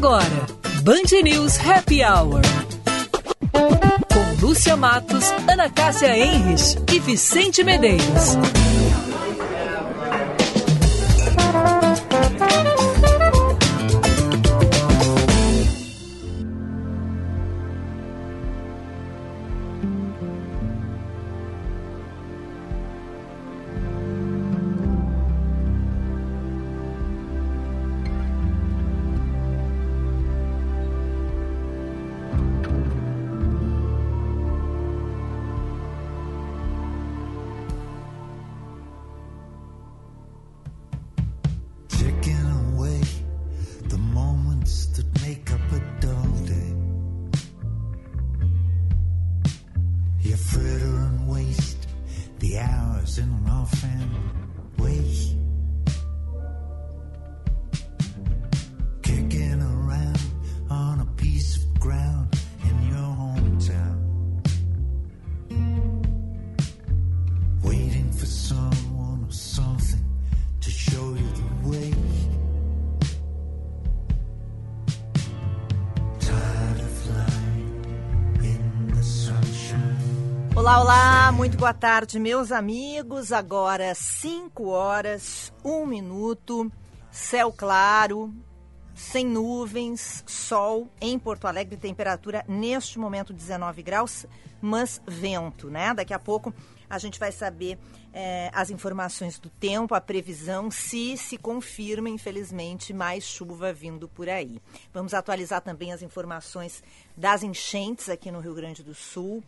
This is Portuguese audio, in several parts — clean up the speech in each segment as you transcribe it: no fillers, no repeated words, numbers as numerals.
Agora, Band News Happy Hour. Com Lúcia Matos, Ana Cássia Henrich e Vicente Medeiros. Olá, olá, muito boa tarde, meus amigos. Agora 5 horas, 1 minuto, céu claro, sem nuvens, sol em Porto Alegre, temperatura neste momento 19 graus, mas vento, né? Daqui a pouco a gente vai saber as informações do tempo, a previsão, se confirma, infelizmente, mais chuva vindo por aí. Vamos atualizar também as informações das enchentes aqui no Rio Grande do Sul.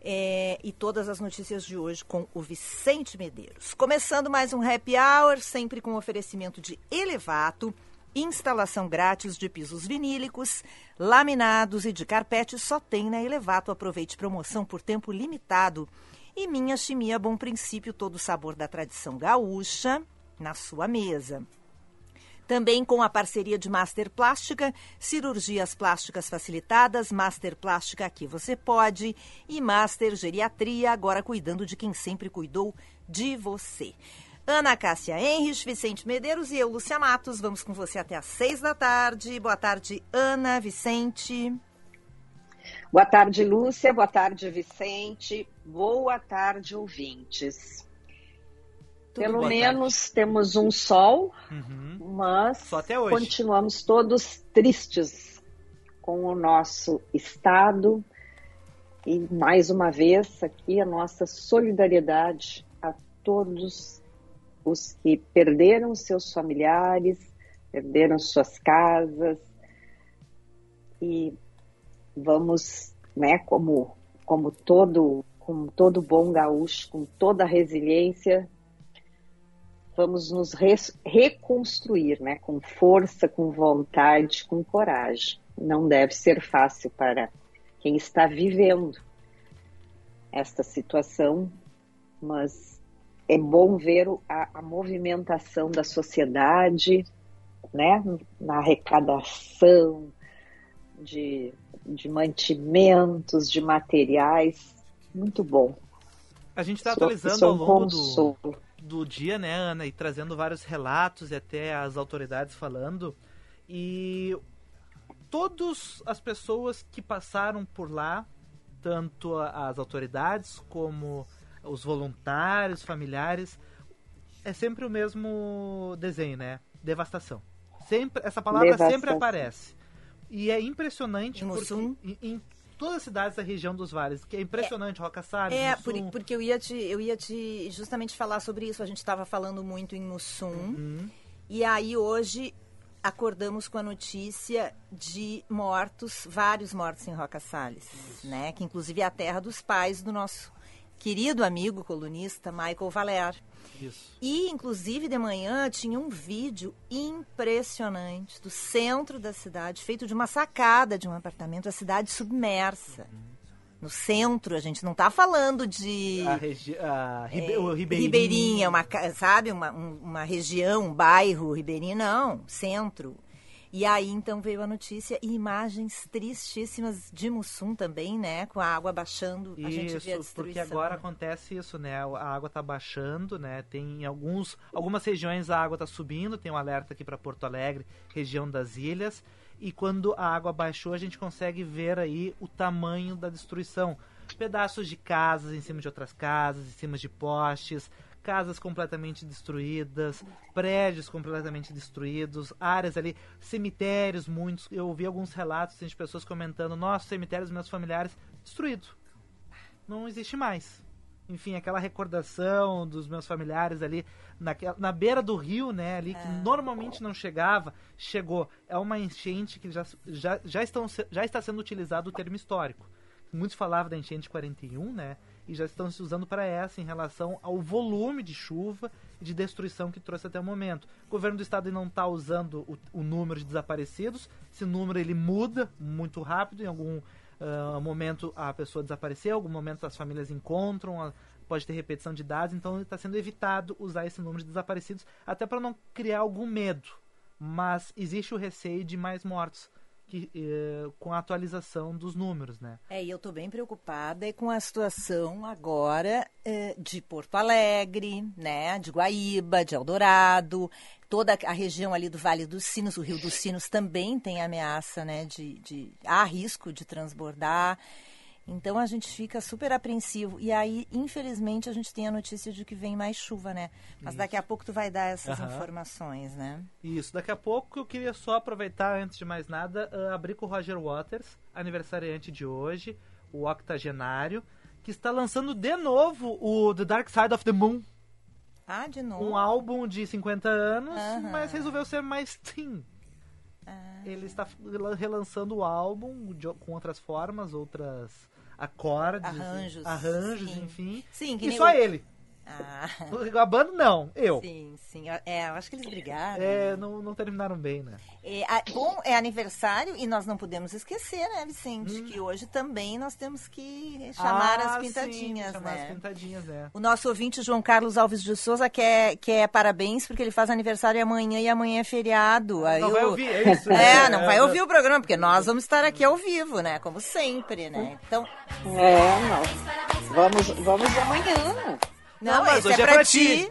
E todas as notícias de hoje com o Vicente Medeiros. Começando mais um Happy Hour, sempre com oferecimento de Elevato, instalação grátis de pisos vinílicos, laminados e de carpete só tem na Elevato. Aproveite promoção por tempo limitado. E Minha Chimia Bom Princípio, todo o sabor da tradição gaúcha na sua mesa. Também com a parceria de Master Plástica, cirurgias plásticas facilitadas, Master Plástica aqui você pode, e Master Geriatria, agora cuidando de quem sempre cuidou de você. Ana Cássia Henrich, Vicente Medeiros e eu, Lúcia Matos, vamos com você até às 6 da tarde. Boa tarde, Ana, Vicente. Boa tarde, Lúcia, boa tarde, Vicente, boa tarde, ouvintes. Pelo menos temos um sol, mas continuamos todos tristes com o nosso estado. E, mais uma vez, aqui a nossa solidariedade a todos os que perderam seus familiares, perderam suas casas. E vamos, né, como todo bom gaúcho, com toda a resiliência, vamos nos reconstruir, né? Com força, com vontade, com coragem. Não deve ser fácil para quem está vivendo esta situação, mas é bom ver a movimentação da sociedade, né? Na arrecadação de mantimentos, de materiais. Muito bom. A gente está atualizando ao longo do dia, né, Ana, e trazendo vários relatos e até as autoridades falando, e todas as pessoas que passaram por lá, tanto as autoridades como os voluntários, familiares, é sempre o mesmo desenho, né? Devastação. Sempre, essa palavra sempre aparece. E é impressionante porque em todas as cidades da região dos vales, que é impressionante, Roca Salles, Mussum. Porque eu ia te justamente falar sobre isso. A gente estava falando muito em Mussum, e aí hoje acordamos com a notícia de vários mortos em Roca Salles, né? Que inclusive é a terra dos pais do nosso querido amigo colunista Michael Valer. Isso. E, inclusive, de manhã tinha um vídeo impressionante do centro da cidade, feito de uma sacada de um apartamento, a cidade submersa. No centro, a gente não está falando de... o Ribeirinha, sabe? Uma região, um bairro ribeirinho, não, centro. E aí, então, veio a notícia e imagens tristíssimas de Mussum também, né? Com a água baixando, a gente vê a destruição. Porque agora acontece isso, né? A água está baixando, né? Tem algumas regiões a água está subindo, tem um alerta aqui para Porto Alegre, região das ilhas. E quando a água baixou, a gente consegue ver aí o tamanho da destruição. Pedaços de casas em cima de outras casas, em cima de postes, casas completamente destruídas, prédios completamente destruídos, áreas ali, cemitérios, muitos. Eu ouvi alguns relatos de pessoas comentando: nossa, cemitérios dos meus familiares destruído. Não existe mais. Enfim, aquela recordação dos meus familiares ali na beira do rio, né, ali que normalmente não chegava, chegou. É uma enchente que já está sendo utilizado o termo histórico. Muitos falavam da enchente de 41, né? E já estão se usando para essa em relação ao volume de chuva e de destruição que trouxe até o momento. O governo do estado não está usando o número de desaparecidos. Esse número ele muda muito rápido. Em algum momento a pessoa desapareceu, em algum momento as famílias encontram, pode ter repetição de dados. Então está sendo evitado usar esse número de desaparecidos, até para não criar algum medo. Mas existe o receio de mais mortos com a atualização dos números, né? E eu estou bem preocupada com a situação agora de Porto Alegre, né, de Guaíba, de Eldorado, toda a região ali do Vale dos Sinos, o Rio dos Sinos também tem ameaça, né, há risco de transbordar. Então a gente fica super apreensivo. E aí, infelizmente, a gente tem a notícia de que vem mais chuva, né? Mas daqui a pouco tu vai dar essas informações, né? Isso, daqui a pouco eu queria só aproveitar, antes de mais nada, abrir com o Roger Waters, aniversariante de hoje, o octogenário, que está lançando de novo o The Dark Side of the Moon. De novo? Um álbum de 50 anos, mas resolveu ser mais teen. Ele está relançando o álbum com outras formas, outras acordes, arranjos, enfim. Sim, e só ele. A banda não, eu. Sim. Eu acho que eles brigaram. Não terminaram bem, né? Bom, é aniversário e nós não podemos esquecer, né, Vicente? Que hoje também nós temos que chamar as pintadinhas, sim, chamar as pintadinhas, O nosso ouvinte, João Carlos Alves de Souza, quer parabéns porque ele faz aniversário amanhã e amanhã é feriado. Não vai ouvir, é isso? Não vai ouvir o programa, porque nós vamos estar aqui ao vivo, né? Como sempre, né? Então... Vamos amanhã. Não, mas hoje é pra ti.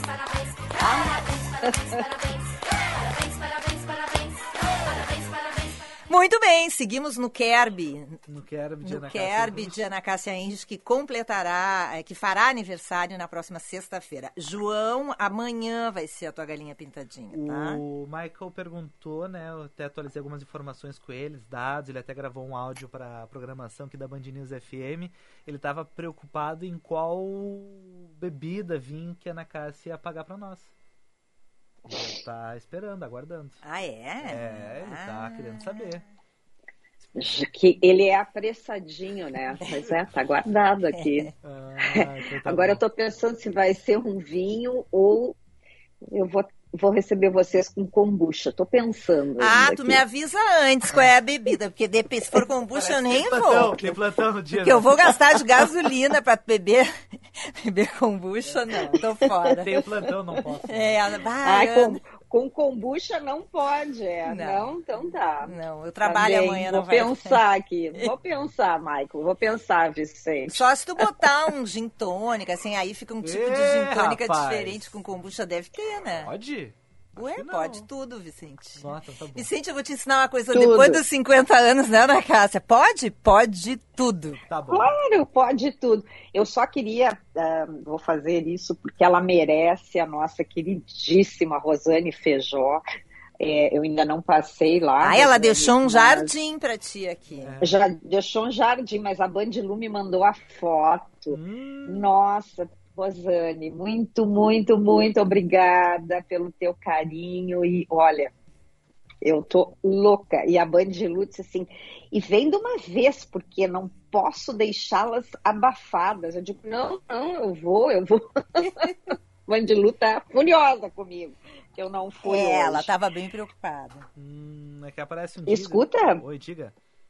Muito bem, seguimos no Kerb. No Kerb de Ana Cássia Enges, que fará aniversário na próxima sexta-feira. João, amanhã vai ser a tua galinha pintadinha, tá? O Michael perguntou, né? Eu até atualizei algumas informações com eles, dados, ele até gravou um áudio para a programação aqui da Band News FM. Ele estava preocupado em qual bebida, vinho que a Ana Cássia ia pagar para nós. Ele tá esperando, aguardando. Ele tá querendo saber. Que ele é apressadinho, né? Mas tá guardado aqui. Então tá Agora bom. eu tô pensando se vai ser um vinho ou eu vou receber vocês com kombucha. Tô pensando. Tu me avisa antes qual é a bebida, porque se for kombucha eu nem vou. Tem plantão no dia. Porque eu vou gastar de gasolina pra beber kombucha, não, tô fora. Tem plantão, não posso. Com kombucha não pode, Não, então tá. Não, eu trabalho amanhã, não vai. Vou pensar aqui. Vou pensar, Michael. Vou pensar, Vicente. Só se tu botar um gin tônica, assim, aí fica um tipo de gin tônica diferente com kombucha, deve ter, né? Pode? Pode tudo, Vicente. Nossa, tá bom. Vicente, eu vou te ensinar uma coisa. Depois dos 50 anos, né, Ana Cássia? Pode? Pode tudo. Tá bom. Claro, pode tudo. Eu só queria, vou fazer isso porque ela merece, a nossa queridíssima Rosane Feijó. Eu ainda não passei lá. Ela deixou um jardim pra ti aqui. Já deixou um jardim, mas a Bandilu me mandou a foto. Nossa, Rosane, muito, muito, muito obrigada pelo teu carinho. E olha, eu tô louca. E a Bandilu disse assim, e vem de uma vez, porque não posso deixá-las abafadas. Eu digo, não, eu vou. Bandilu tá furiosa comigo, que eu não fui hoje. Ela estava bem preocupada. É que aparece um dia. Escuta. Oi, diga.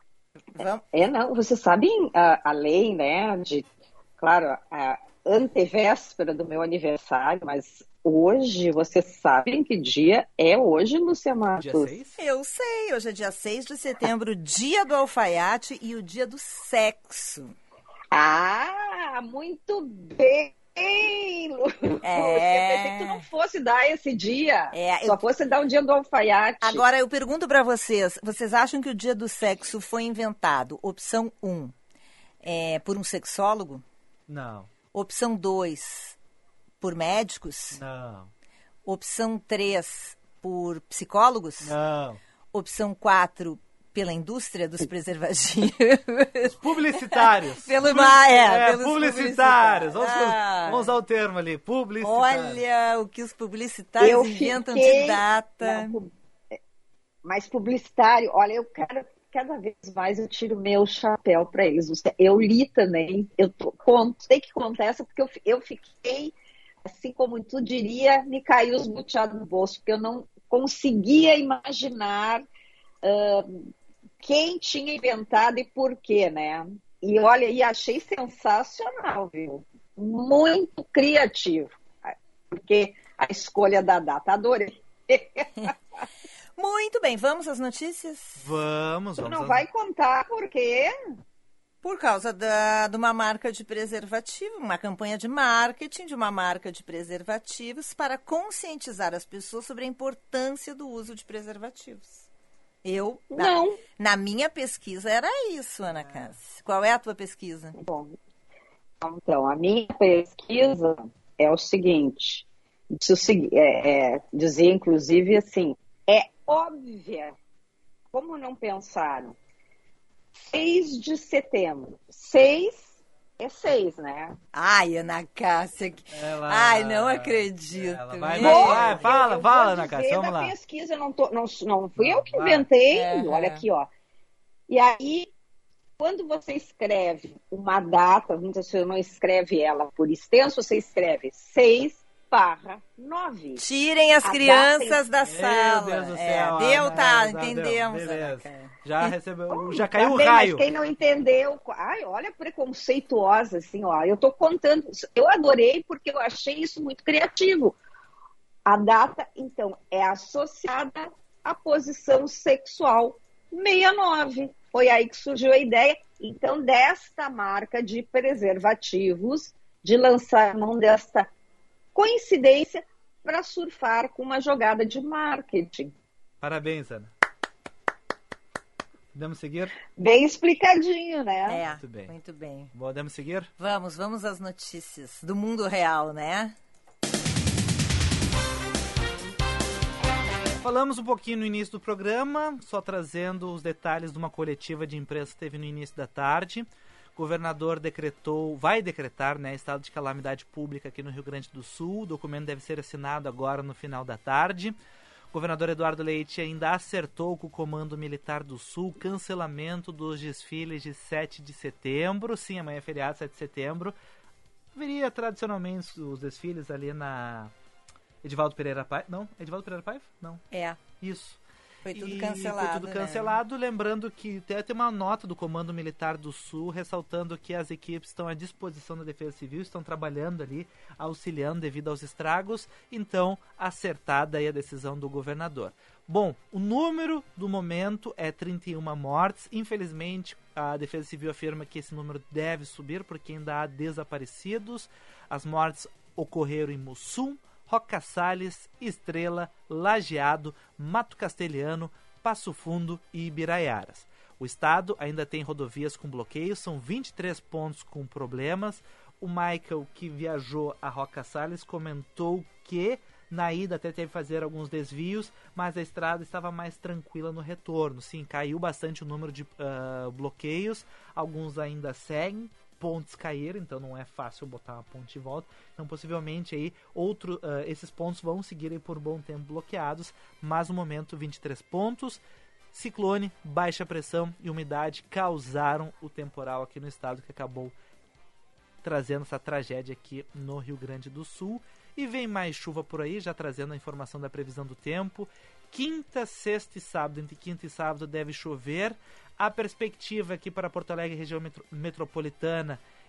Não, vocês sabem a lei, né, claro, a antevéspera do meu aniversário, mas hoje, vocês sabem que dia é hoje, Lúcia Matos? Dia 6? Eu sei, hoje é dia 6 de setembro, dia do alfaiate e o dia do sexo. Ah, muito bem, Lúcia. Eu pensei que tu não fosse dar esse dia, só fosse dar o dia do alfaiate. Agora eu pergunto pra vocês acham que o dia do sexo foi inventado? Opção 1, por um sexólogo? Não. Opção 2, por médicos? Não. Opção 3, por psicólogos? Não. Opção 4, pela indústria dos preservativos? Publicitários. Pelos publicitários. Vamos usar o termo ali, publicitários. Olha o que os publicitários inventam de data. Mas publicitário, olha, eu quero... Cada vez mais eu tiro meu chapéu para eles. Eu li também, tem que contar essa, porque eu fiquei, assim como tu diria, me caiu os boteados no bolso, porque eu não conseguia imaginar quem tinha inventado e por quê, né? E olha, achei sensacional, viu? Muito criativo, porque a escolha da data, adorei. Muito bem, vamos às notícias? Vamos. Tu não vai contar por quê? Por causa de uma marca de preservativo, uma campanha de marketing de uma marca de preservativos para conscientizar as pessoas sobre a importância do uso de preservativos. Na minha pesquisa era isso, Ana Cássia. Qual é a tua pesquisa? Bom, então, a minha pesquisa é o seguinte, dizer inclusive assim, óbvia, como não pensaram? 6 de setembro. 6 é 6, né? Ai, Ana Cássia. Ai, não acredito. Fala, Ana Cássia, vamos lá. Pesquisa, não fui eu que inventei. Olha aqui, ó. E aí, quando você escreve uma data, você não escreve ela por extenso, você escreve 6/9. Tirem as crianças da sala. Meu Deus do céu. Entendemos. Já recebeu, já caiu o raio. Mas quem não entendeu, olha, preconceituosa, assim, ó. Eu tô contando, eu adorei porque eu achei isso muito criativo. A data, então, é associada à posição sexual 69. Foi aí que surgiu a ideia, então, desta marca de preservativos, de lançar mão desta coincidência para surfar com uma jogada de marketing. Parabéns, Ana. Podemos seguir? Bem explicadinho, né? Muito bem. Podemos seguir? Vamos às notícias do mundo real, né? Falamos um pouquinho no início do programa, só trazendo os detalhes de uma coletiva de imprensa que teve no início da tarde. O governador vai decretar, estado de calamidade pública aqui no Rio Grande do Sul. O documento deve ser assinado agora no final da tarde. O governador Eduardo Leite ainda acertou com o Comando Militar do Sul cancelamento dos desfiles de 7 de setembro. Sim, amanhã é feriado, 7 de setembro. Haveria tradicionalmente os desfiles ali na Edivaldo Pereira Paiva. Não? Edivaldo Pereira Paiva? Não. Isso. Foi tudo cancelado. Foi tudo cancelado, lembrando que tem uma nota do Comando Militar do Sul ressaltando que as equipes estão à disposição da Defesa Civil, estão trabalhando ali, auxiliando devido aos estragos, então acertada aí a decisão do governador. Bom, o número do momento é 31 mortes, infelizmente a Defesa Civil afirma que esse número deve subir porque ainda há desaparecidos. As mortes ocorreram em Mussum, Roca Salles, Estrela, Lajeado, Mato Castelhano, Passo Fundo e Ibiraiaras. O estado ainda tem rodovias com bloqueios, são 23 pontos com problemas. O Michael, que viajou a Roca Salles, comentou que na ida até teve que fazer alguns desvios, mas a estrada estava mais tranquila no retorno. Sim, caiu bastante o número de bloqueios, alguns ainda seguem. Pontes caíram, então não é fácil botar uma ponte de volta. Então possivelmente aí esses pontos vão seguir aí por um bom tempo bloqueados, mas no momento 23 pontos. Ciclone, baixa pressão e umidade causaram o temporal aqui no estado, que acabou trazendo essa tragédia aqui no Rio Grande do Sul. E vem mais chuva por aí, já trazendo a informação da previsão do tempo. Quinta, sexta e sábado, entre quinta e sábado deve chover. A perspectiva aqui para Porto Alegre, região metropolitana,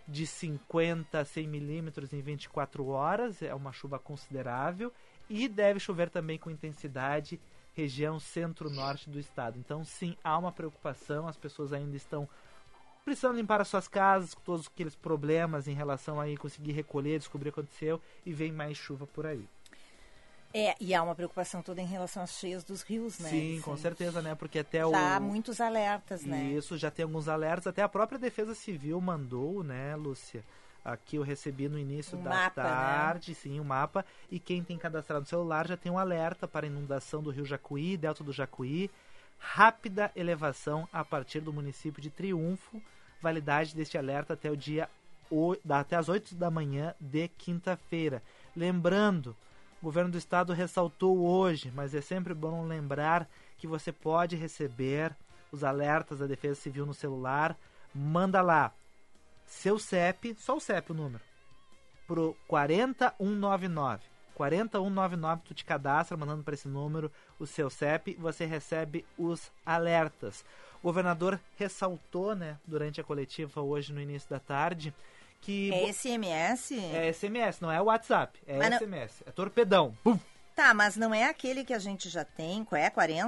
de 50 a 100 milímetros em 24 horas, é uma chuva considerável, e deve chover também com intensidade região centro-norte do estado. Então, sim, há uma preocupação, as pessoas ainda estão precisando limpar as suas casas, com todos aqueles problemas em relação a conseguir recolher, descobrir o que aconteceu, e vem mais chuva por aí. E há uma preocupação toda em relação às cheias dos rios, né? Sim, com certeza, né? Porque até já há muitos alertas, né? Isso, já tem alguns alertas. Até a própria Defesa Civil mandou, né, Lúcia? Aqui eu recebi no início da tarde, né? Sim, o mapa. E quem tem cadastrado no celular já tem um alerta para inundação do Rio Jacuí, Delta do Jacuí. Rápida elevação a partir do município de Triunfo. Validade deste alerta até até as 8 da manhã de quinta-feira. Lembrando, o governo do estado ressaltou hoje, mas é sempre bom lembrar que você pode receber os alertas da Defesa Civil no celular. Manda lá seu CEP, só o CEP o número, pro 40199. 40199, tu te cadastra mandando para esse número o seu CEP e você recebe os alertas. O governador ressaltou, né, durante a coletiva hoje no início da tarde, que... É SMS? É SMS, não é WhatsApp, é mas SMS, é torpedão. Bum. Tá, mas não é aquele que a gente já tem, qual é?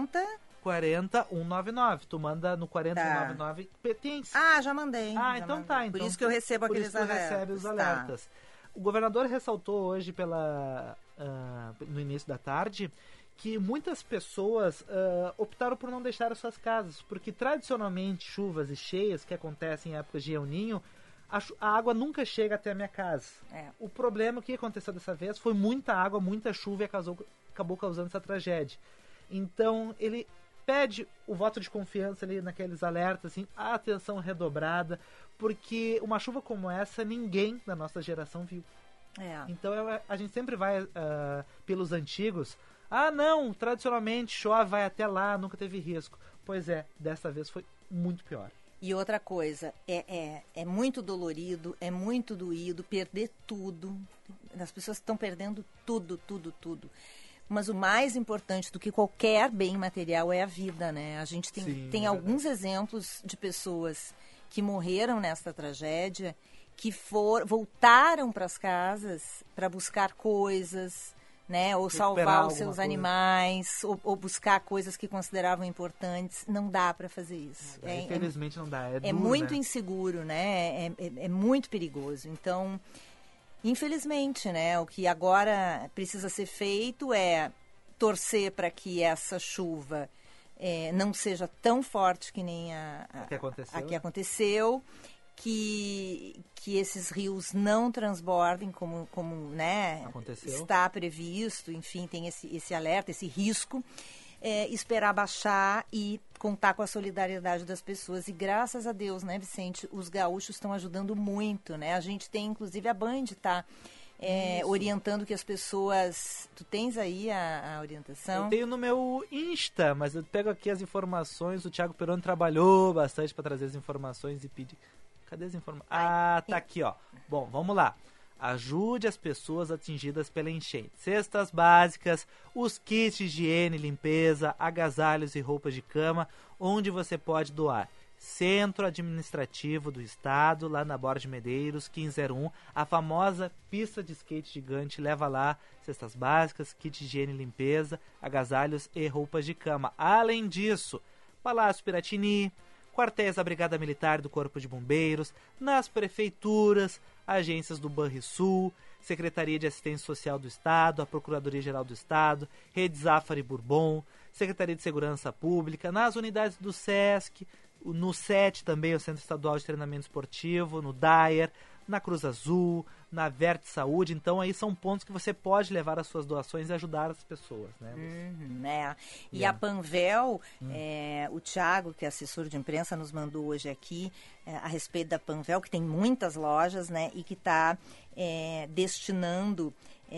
40199, tu manda no 40199 pertence. Ah, já mandei. Ah, então mandei. tá. Então, por isso que eu recebo aqueles alertas. Recebe os alertas. Tá. O governador ressaltou hoje no início da tarde que muitas pessoas optaram por não deixar as suas casas, porque tradicionalmente chuvas e cheias que acontecem em épocas de El Niño, a água nunca chega até a minha casa. O problema que aconteceu dessa vez foi muita água, muita chuva e acabou causando essa tragédia. Então ele pede o voto de confiança ali naqueles alertas, assim, a atenção redobrada, porque uma chuva como essa ninguém da nossa geração viu. Então a gente sempre vai pelos antigos. Ah, não, tradicionalmente chove, vai até lá, nunca teve risco. Pois é, dessa vez foi muito pior. E outra coisa, é muito dolorido, é muito doído perder tudo. As pessoas estão perdendo tudo. Mas o mais importante do que qualquer bem material é a vida, né? A gente tem alguns exemplos de pessoas que morreram nessa tragédia, que voltaram para as casas para buscar coisas, né? Ou salvar os seus animais, ou buscar coisas que consideravam importantes. Não dá para fazer isso. Infelizmente não dá. É muito inseguro, né? É muito perigoso. Então, infelizmente, né? O que agora precisa ser feito é torcer para que essa chuva não seja tão forte que nem a que aconteceu. Que esses rios não transbordem como né, está previsto, enfim, tem esse alerta, esse risco, esperar baixar e contar com a solidariedade das pessoas. E graças a Deus, né, Vicente, os gaúchos estão ajudando muito, né? A gente tem, inclusive, a Band tá orientando que as pessoas... Tu tens aí a orientação? Eu tenho no meu Insta, mas eu pego aqui as informações. O Thiago Peroni trabalhou bastante para trazer as informações e pedir... Cadê as informações? Ah, tá aqui, ó. Bom, vamos lá. Ajude as pessoas atingidas pela enchente. Cestas básicas, os kits de higiene, limpeza, agasalhos e roupas de cama, onde você pode doar. Centro Administrativo do Estado, lá na Borda de Medeiros, 1501, a famosa pista de skate gigante. Leva lá cestas básicas, kit de higiene e limpeza, agasalhos e roupas de cama. Além disso, Palácio Piratini, quartéis da Brigada Militar do Corpo de Bombeiros, nas prefeituras, agências do Banrisul, Secretaria de Assistência Social do Estado, a Procuradoria-Geral do Estado, Rede Zafari Bourbon, Secretaria de Segurança Pública, nas unidades do SESC, no SET também, o Centro Estadual de Treinamento Esportivo, no DAER, na Cruz Azul, na Verte Saúde. Então aí são pontos que você pode levar as suas doações e ajudar as pessoas, né? E a Panvel, o Thiago, que é assessor de imprensa, nos mandou hoje aqui a respeito da Panvel, que tem muitas lojas, né? E que está destinando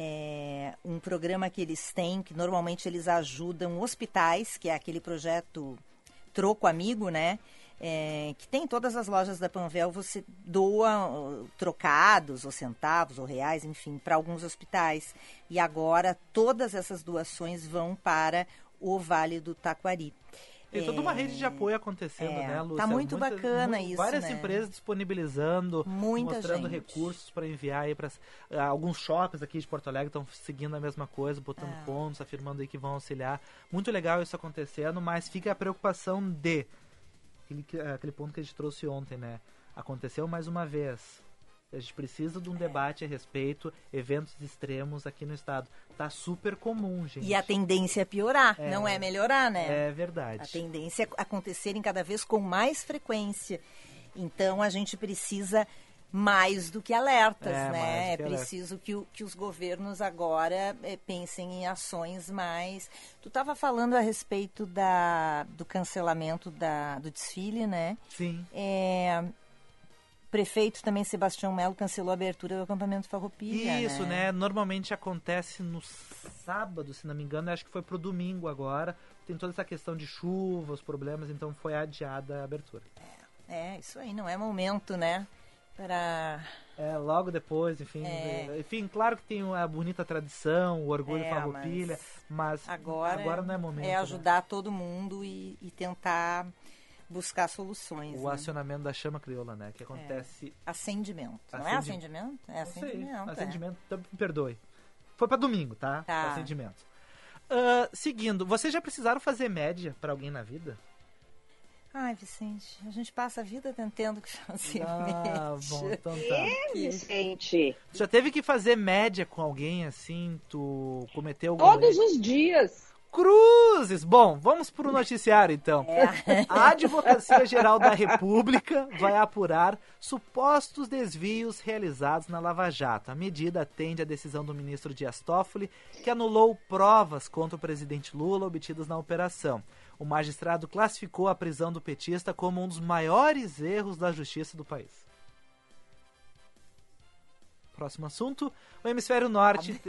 um programa que eles têm, que normalmente eles ajudam hospitais, que é aquele projeto Troco Amigo, né? Que tem em todas as lojas da Panvel, você doa trocados, ou centavos, ou reais, enfim, para alguns hospitais. E agora todas essas doações vão para o Vale do Taquari. Tem toda uma rede de apoio acontecendo, né, Lúcia? Tá muito bacana isso, várias né? empresas disponibilizando, mostrando gente. recursos para enviar aí para alguns shoppings aqui de Porto Alegre estão seguindo a mesma coisa, botando pontos, afirmando aí que vão auxiliar. Muito legal isso acontecendo, mas fica a preocupação de aquele ponto que a gente trouxe ontem, né? Aconteceu mais uma vez. A gente precisa de um debate a respeito, eventos extremos aqui no estado. Tá super comum, gente. E a tendência é piorar, não é melhorar, né? É verdade. A tendência é acontecerem cada vez com mais frequência. Então, a gente precisa mais do que alertas, né? É preciso que os governos agora pensem em ações mais... Tu estava falando a respeito do cancelamento do desfile, né? Sim. Prefeito também, Sebastião Melo, cancelou a abertura do acampamento Farroupilha. Isso, né? Normalmente acontece no sábado, se não me engano, acho que foi pro domingo agora. Tem toda essa questão de chuva, os problemas, então foi adiada a abertura. Isso aí, não é momento, né? Logo depois, enfim. Enfim, claro que tem a bonita tradição, o orgulho Farroupilha, mas agora não é momento. É ajudar todo mundo e tentar buscar soluções. O acionamento da chama crioula, né? Que acontece... Acendimento. Não é acendimento? É acendimento. Acendimento, me perdoe. Foi pra domingo, tá? Acendimento. Seguindo, vocês já precisaram fazer média pra alguém na vida? Ai, Vicente, a gente passa a vida tentando fazer média. Bom, então tá. Vicente. Já teve que fazer média com alguém, assim? Tu cometeu algum Todos os dias. Cruzes! Bom, vamos para o noticiário, então. A Advocacia Geral da República vai apurar supostos desvios realizados na Lava Jato. A medida atende à decisão do ministro Dias Toffoli, que anulou provas contra o presidente Lula obtidas na operação. O magistrado classificou a prisão do petista como um dos maiores erros da justiça do país. Próximo assunto, o Hemisfério Norte...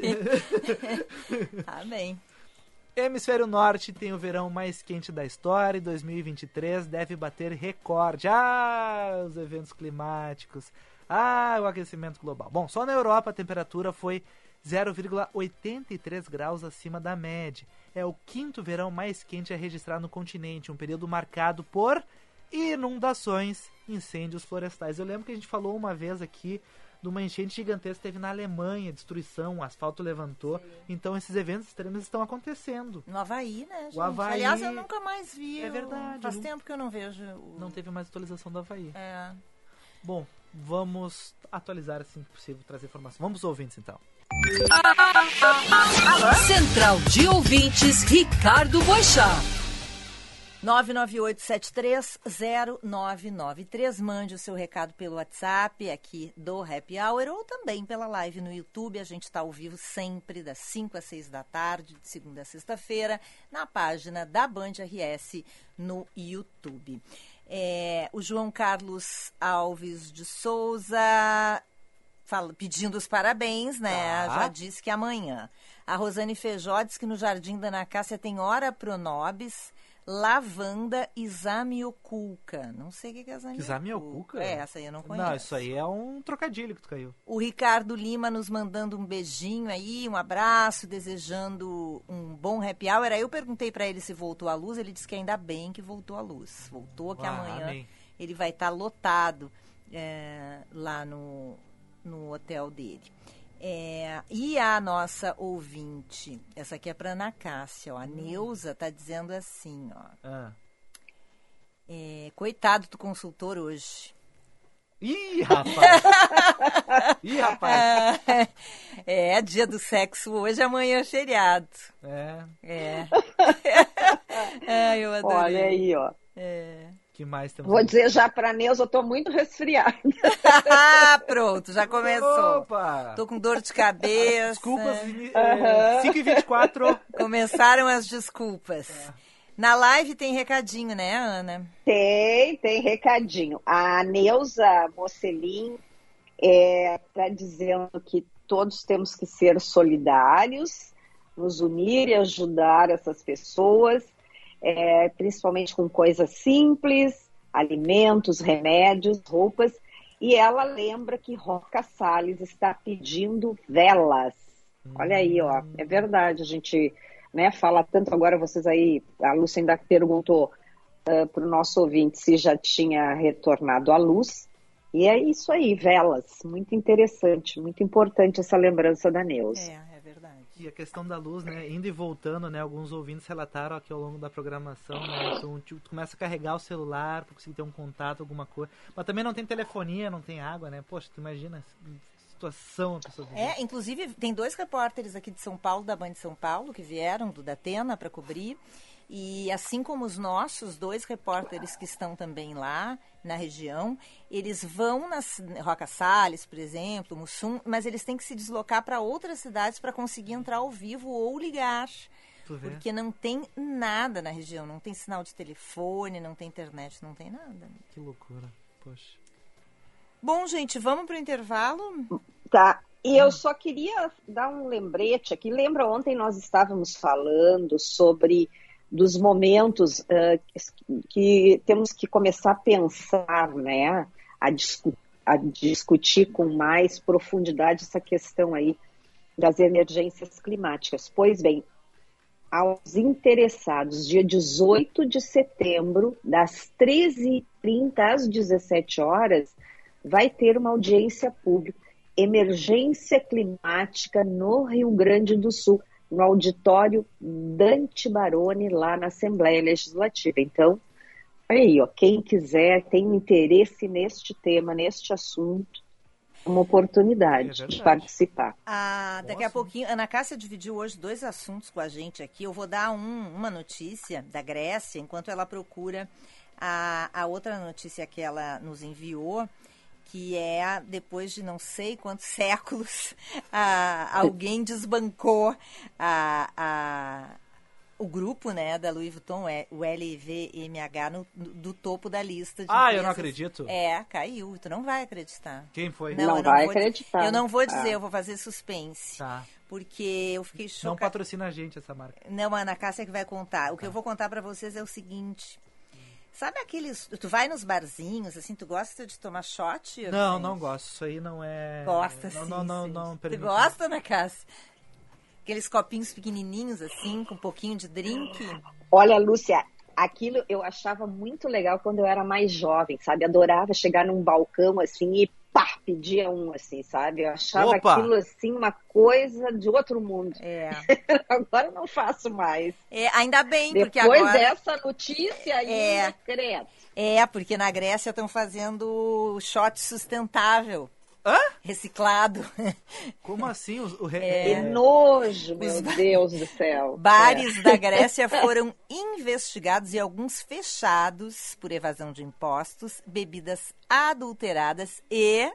Amém. Hemisfério Norte tem o verão mais quente da história e 2023 deve bater recorde. Os eventos climáticos. O aquecimento global. Bom, só na Europa a temperatura foi 0,83 graus acima da média. É o quinto verão mais quente a registrar no continente, um período marcado por inundações, incêndios florestais. Eu lembro que a gente falou uma vez aqui de uma enchente gigantesca que teve na Alemanha, destruição, o asfalto levantou. Sim. Então esses eventos extremos estão acontecendo. No Havaí, né, gente? O Havaí... Aliás, eu nunca mais vi. É verdade. Faz tempo que eu não vejo. Não teve mais atualização do Havaí. Bom, vamos atualizar assim que possível, trazer informação. Vamos aos ouvintes, então. Central de Ouvintes, Ricardo Boechat. 998730993. Mande o seu recado pelo WhatsApp aqui do Happy Hour ou também pela live no YouTube. A gente está ao vivo sempre das 5 às 6 da tarde, de segunda a sexta-feira, na página da Band RS no YouTube. O João Carlos Alves de Souza pedindo os parabéns, né? Já disse que amanhã. A Rosane Feijó diz que no Jardim da Ana Cássia tem hora pronobis, lavanda e zamioculca. Não sei o que é zamioculca. Zamioculca? Essa aí eu não conheço. Não, isso aí é um trocadilho que tu caiu. O Ricardo Lima nos mandando um beijinho aí, um abraço, desejando um bom happy hour. Aí eu perguntei para ele se voltou à luz, ele disse que ainda bem que voltou à luz. Voltou, que amanhã ele vai estar lotado lá no hotel dele. E a nossa ouvinte, essa aqui é para Ana Cássia, a Neuza tá dizendo assim, coitado do consultor hoje. Ih, rapaz! É dia do sexo hoje, amanhã é feriado. Eu adorei. Olha aí, ó. Que mais temos? Vou dizer já pra Neuza, eu tô muito resfriada. Pronto, já começou. Opa! Tô com dor de cabeça. Desculpas, 5h24. Começaram as desculpas. Na live tem recadinho, né, Ana? Tem recadinho. A Neuza Mocelin tá dizendo que todos temos que ser solidários, nos unir e ajudar essas pessoas. Principalmente com coisas simples, alimentos, remédios, roupas. E ela lembra que Roca Salles está pedindo velas. Olha aí, ó, é verdade, a gente fala tanto agora, vocês aí, a Lúcia ainda perguntou, para o nosso ouvinte se já tinha retornado à luz. E é isso aí, velas. Muito interessante, muito importante essa lembrança da Neuza. É verdade. E a questão da luz, né? Indo e voltando, né? Alguns ouvintes relataram aqui ao longo da programação, né? Então, tu começa a carregar o celular para conseguir ter um contato, alguma coisa. Mas também não tem telefonia, não tem água, né? Poxa, tu imagina a situação a pessoa vive. Inclusive, tem 2 repórteres aqui de São Paulo, da Band de São Paulo, que vieram do Datena para cobrir. E assim como os nossos 2 repórteres que estão também lá na região, eles vão nas Roca Salles, por exemplo, Mussum, mas eles têm que se deslocar para outras cidades para conseguir entrar ao vivo ou ligar. Porque não tem nada na região, não tem sinal de telefone, não tem internet, não tem nada. Que loucura, poxa. Bom, gente, vamos para o intervalo? Tá. E eu só queria dar um lembrete aqui. Lembra, ontem nós estávamos falando sobre dos momentos que temos que começar a pensar, né, a discutir com mais profundidade essa questão aí das emergências climáticas. Pois bem, aos interessados, dia 18 de setembro, das 13h30 às 17 horas, vai ter uma audiência pública, emergência climática no Rio Grande do Sul, no auditório Dante Baroni, lá na Assembleia Legislativa. Então, aí, ó, quem quiser, tem interesse neste tema, neste assunto, uma oportunidade de participar. Daqui a pouquinho, Ana Cássia dividiu hoje 2 assuntos com a gente aqui. Eu vou dar uma notícia da Grécia, enquanto ela procura a outra notícia que ela nos enviou, que é, depois de não sei quantos séculos, alguém desbancou o grupo, né, da Louis Vuitton, o LVMH, do topo da lista de empresas. Eu não acredito. Caiu. Tu não vai acreditar. Quem foi? Não vai acreditar. Eu não vou dizer, eu vou fazer suspense. Tá. Porque eu fiquei chocada. Não patrocina a gente essa marca. Não, a Ana Cássia que vai contar. O que eu vou contar pra vocês é o seguinte... Sabe aqueles... Tu vai nos barzinhos, assim, tu gosta de tomar shot? Não gosto. Isso aí não é... Gosta, sim. Não permite. Tu gosta, Ana Cássia? Aqueles copinhos pequenininhos, assim, com um pouquinho de drink? Olha, Lúcia, aquilo eu achava muito legal quando eu era mais jovem, sabe? Adorava chegar num balcão, assim, e pedia um, assim, sabe? Eu achava aquilo, assim, uma coisa de outro mundo. Agora eu não faço mais. Ainda bem, porque agora... Depois dessa notícia aí, credo. Porque na Grécia estão fazendo shot sustentável. Reciclado. Como assim? Que nojo, meu Deus do céu. Bares da Grécia foram investigados e alguns fechados por evasão de impostos, bebidas adulteradas e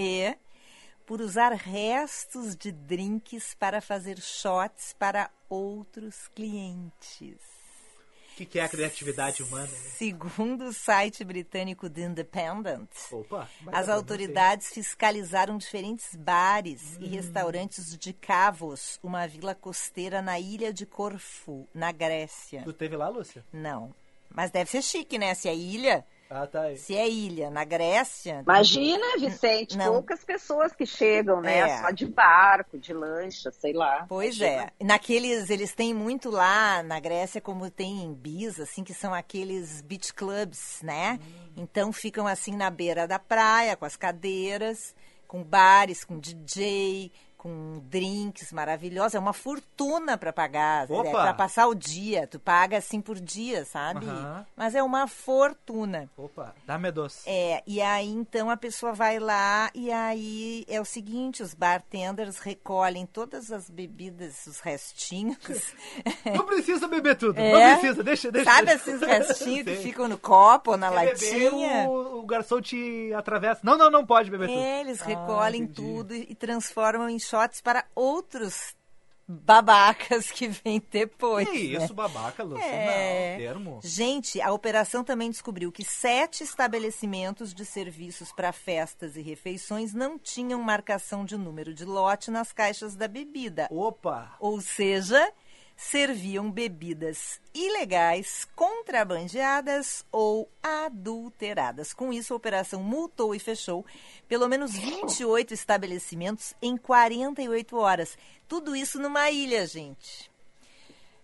por usar restos de drinks para fazer shots para outros clientes. O que é a criatividade humana? Né? Segundo o site britânico The Independent, as autoridades fiscalizaram diferentes bares e restaurantes de Kavos, uma vila costeira na ilha de Corfu, na Grécia. Tu teve lá, Lúcia? Não. Mas deve ser chique, né? Se é ilha... tá aí. Se é ilha, na Grécia... Imagina, Vicente, poucas pessoas que chegam, né? Só de barco, de lancha, sei lá. Pois é. Naqueles, eles têm muito lá na Grécia, como tem em Ibiza, assim, que são aqueles beach clubs, né? Então ficam assim na beira da praia, com as cadeiras, com bares, com DJ... com drinks maravilhosos, é uma fortuna para pagar, para passar o dia, tu paga assim por dia, sabe? Mas é uma fortuna. Dá-me doce. E aí então a pessoa vai lá e aí é o seguinte, os bartenders recolhem todas as bebidas, os restinhos. Não precisa beber tudo, não precisa, deixa. Sabe esses restinhos que ficam no copo ou na latinha? O garçom te atravessa. Não pode beber tudo. Eles recolhem tudo e transformam em shots para outros babacas que vêm depois. Que isso, babaca, Lúcia? Não, termo. Gente, a operação também descobriu que 7 estabelecimentos de serviços para festas e refeições não tinham marcação de número de lote nas caixas da bebida. Ou seja, serviam bebidas ilegais, contrabandeadas ou adulteradas. Com isso, a operação multou e fechou pelo menos 28 estabelecimentos em 48 horas. Tudo isso numa ilha, gente.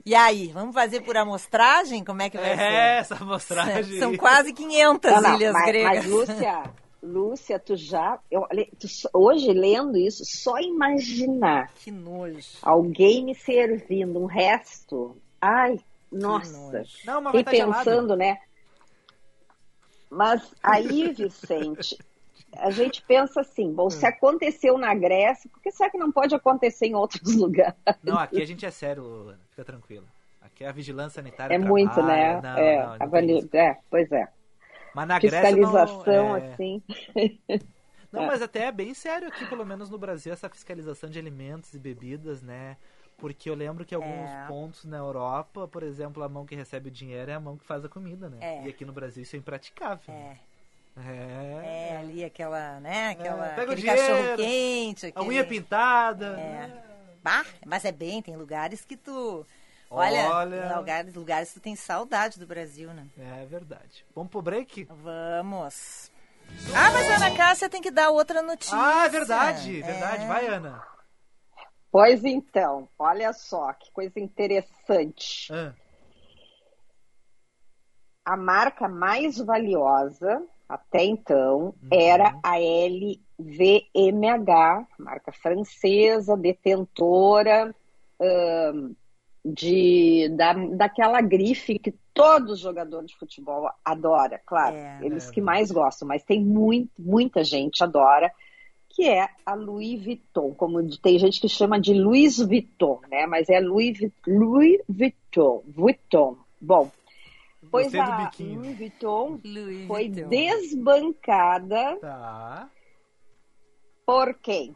E aí, vamos fazer por amostragem? Como é que vai ser? Essa amostragem. São quase 500 ilhas gregas. Mas, Lúcia, hoje lendo isso, só imaginar. Que nojo. Alguém me servindo um resto. Ai, nossa. Não, mas e pensando, né? Mas aí, Vicente, a gente pensa assim, bom, se aconteceu na Grécia, por que será que não pode acontecer em outros lugares? Não, aqui a gente é sério, fica tranquilo. Aqui a vigilância sanitária muito, né? Pois é. Mas na fiscalização, Grécia não, assim. Não, mas até é bem sério aqui, pelo menos no Brasil, essa fiscalização de alimentos e bebidas, né? Porque eu lembro que alguns pontos na Europa, por exemplo, a mão que recebe o dinheiro é a mão que faz a comida, né? E aqui no Brasil isso é impraticável. Ali aquela, né? Pega aquele cachorro quente. A unha pintada. Bah, mas tem lugares que tu... Olha, lugares que tu tem saudade do Brasil, né? É verdade. Vamos pro break? Vamos. Mas a Ana Cássia tem que dar outra notícia. É verdade. Vai, Ana. Pois então, olha só, que coisa interessante. A marca mais valiosa, até então, era a LVMH, marca francesa, detentora daquela grife que todo jogador de futebol adora, claro, eles que mais gostam, mas tem muita gente adora, que é a Louis Vuitton, como tem gente que chama de Louis Vuitton, né? Mas é Louis Vuitton. Bom, pois a Louis Vuitton foi desbancada por quem?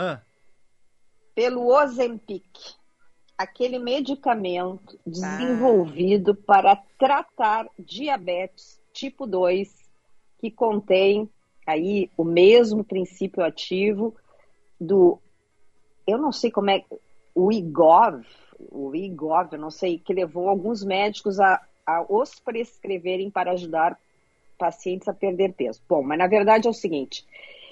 Pelo Ozempic, aquele medicamento desenvolvido para tratar diabetes tipo 2, que contém aí o mesmo princípio ativo eu não sei como é, o Igov, eu não sei, que levou alguns médicos a os prescreverem para ajudar pacientes a perder peso. Bom, mas na verdade é o seguinte,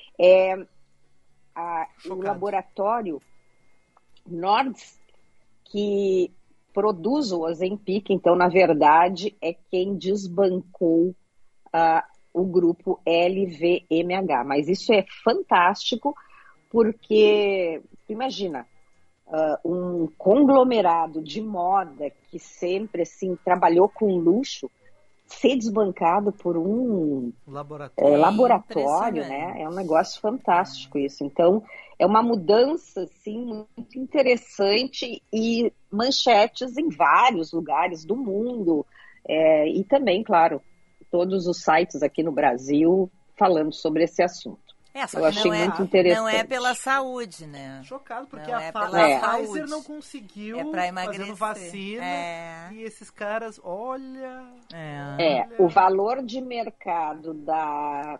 o laboratório Nordisk, que produz o Ozempic, então, na verdade, é quem desbancou o grupo LVMH. Mas isso é fantástico, porque, imagina, um conglomerado de moda que sempre, assim, trabalhou com luxo, ser desbancado por um laboratório, né? É um negócio fantástico isso. Então, é uma mudança, assim, muito interessante e manchetes em vários lugares do mundo. E também, claro, todos os sites aqui no Brasil falando sobre esse assunto. Eu achei muito interessante. Não é pela saúde, né? Chocado, porque a Pfizer não conseguiu fazendo vacina. E esses caras, olha... O valor de mercado da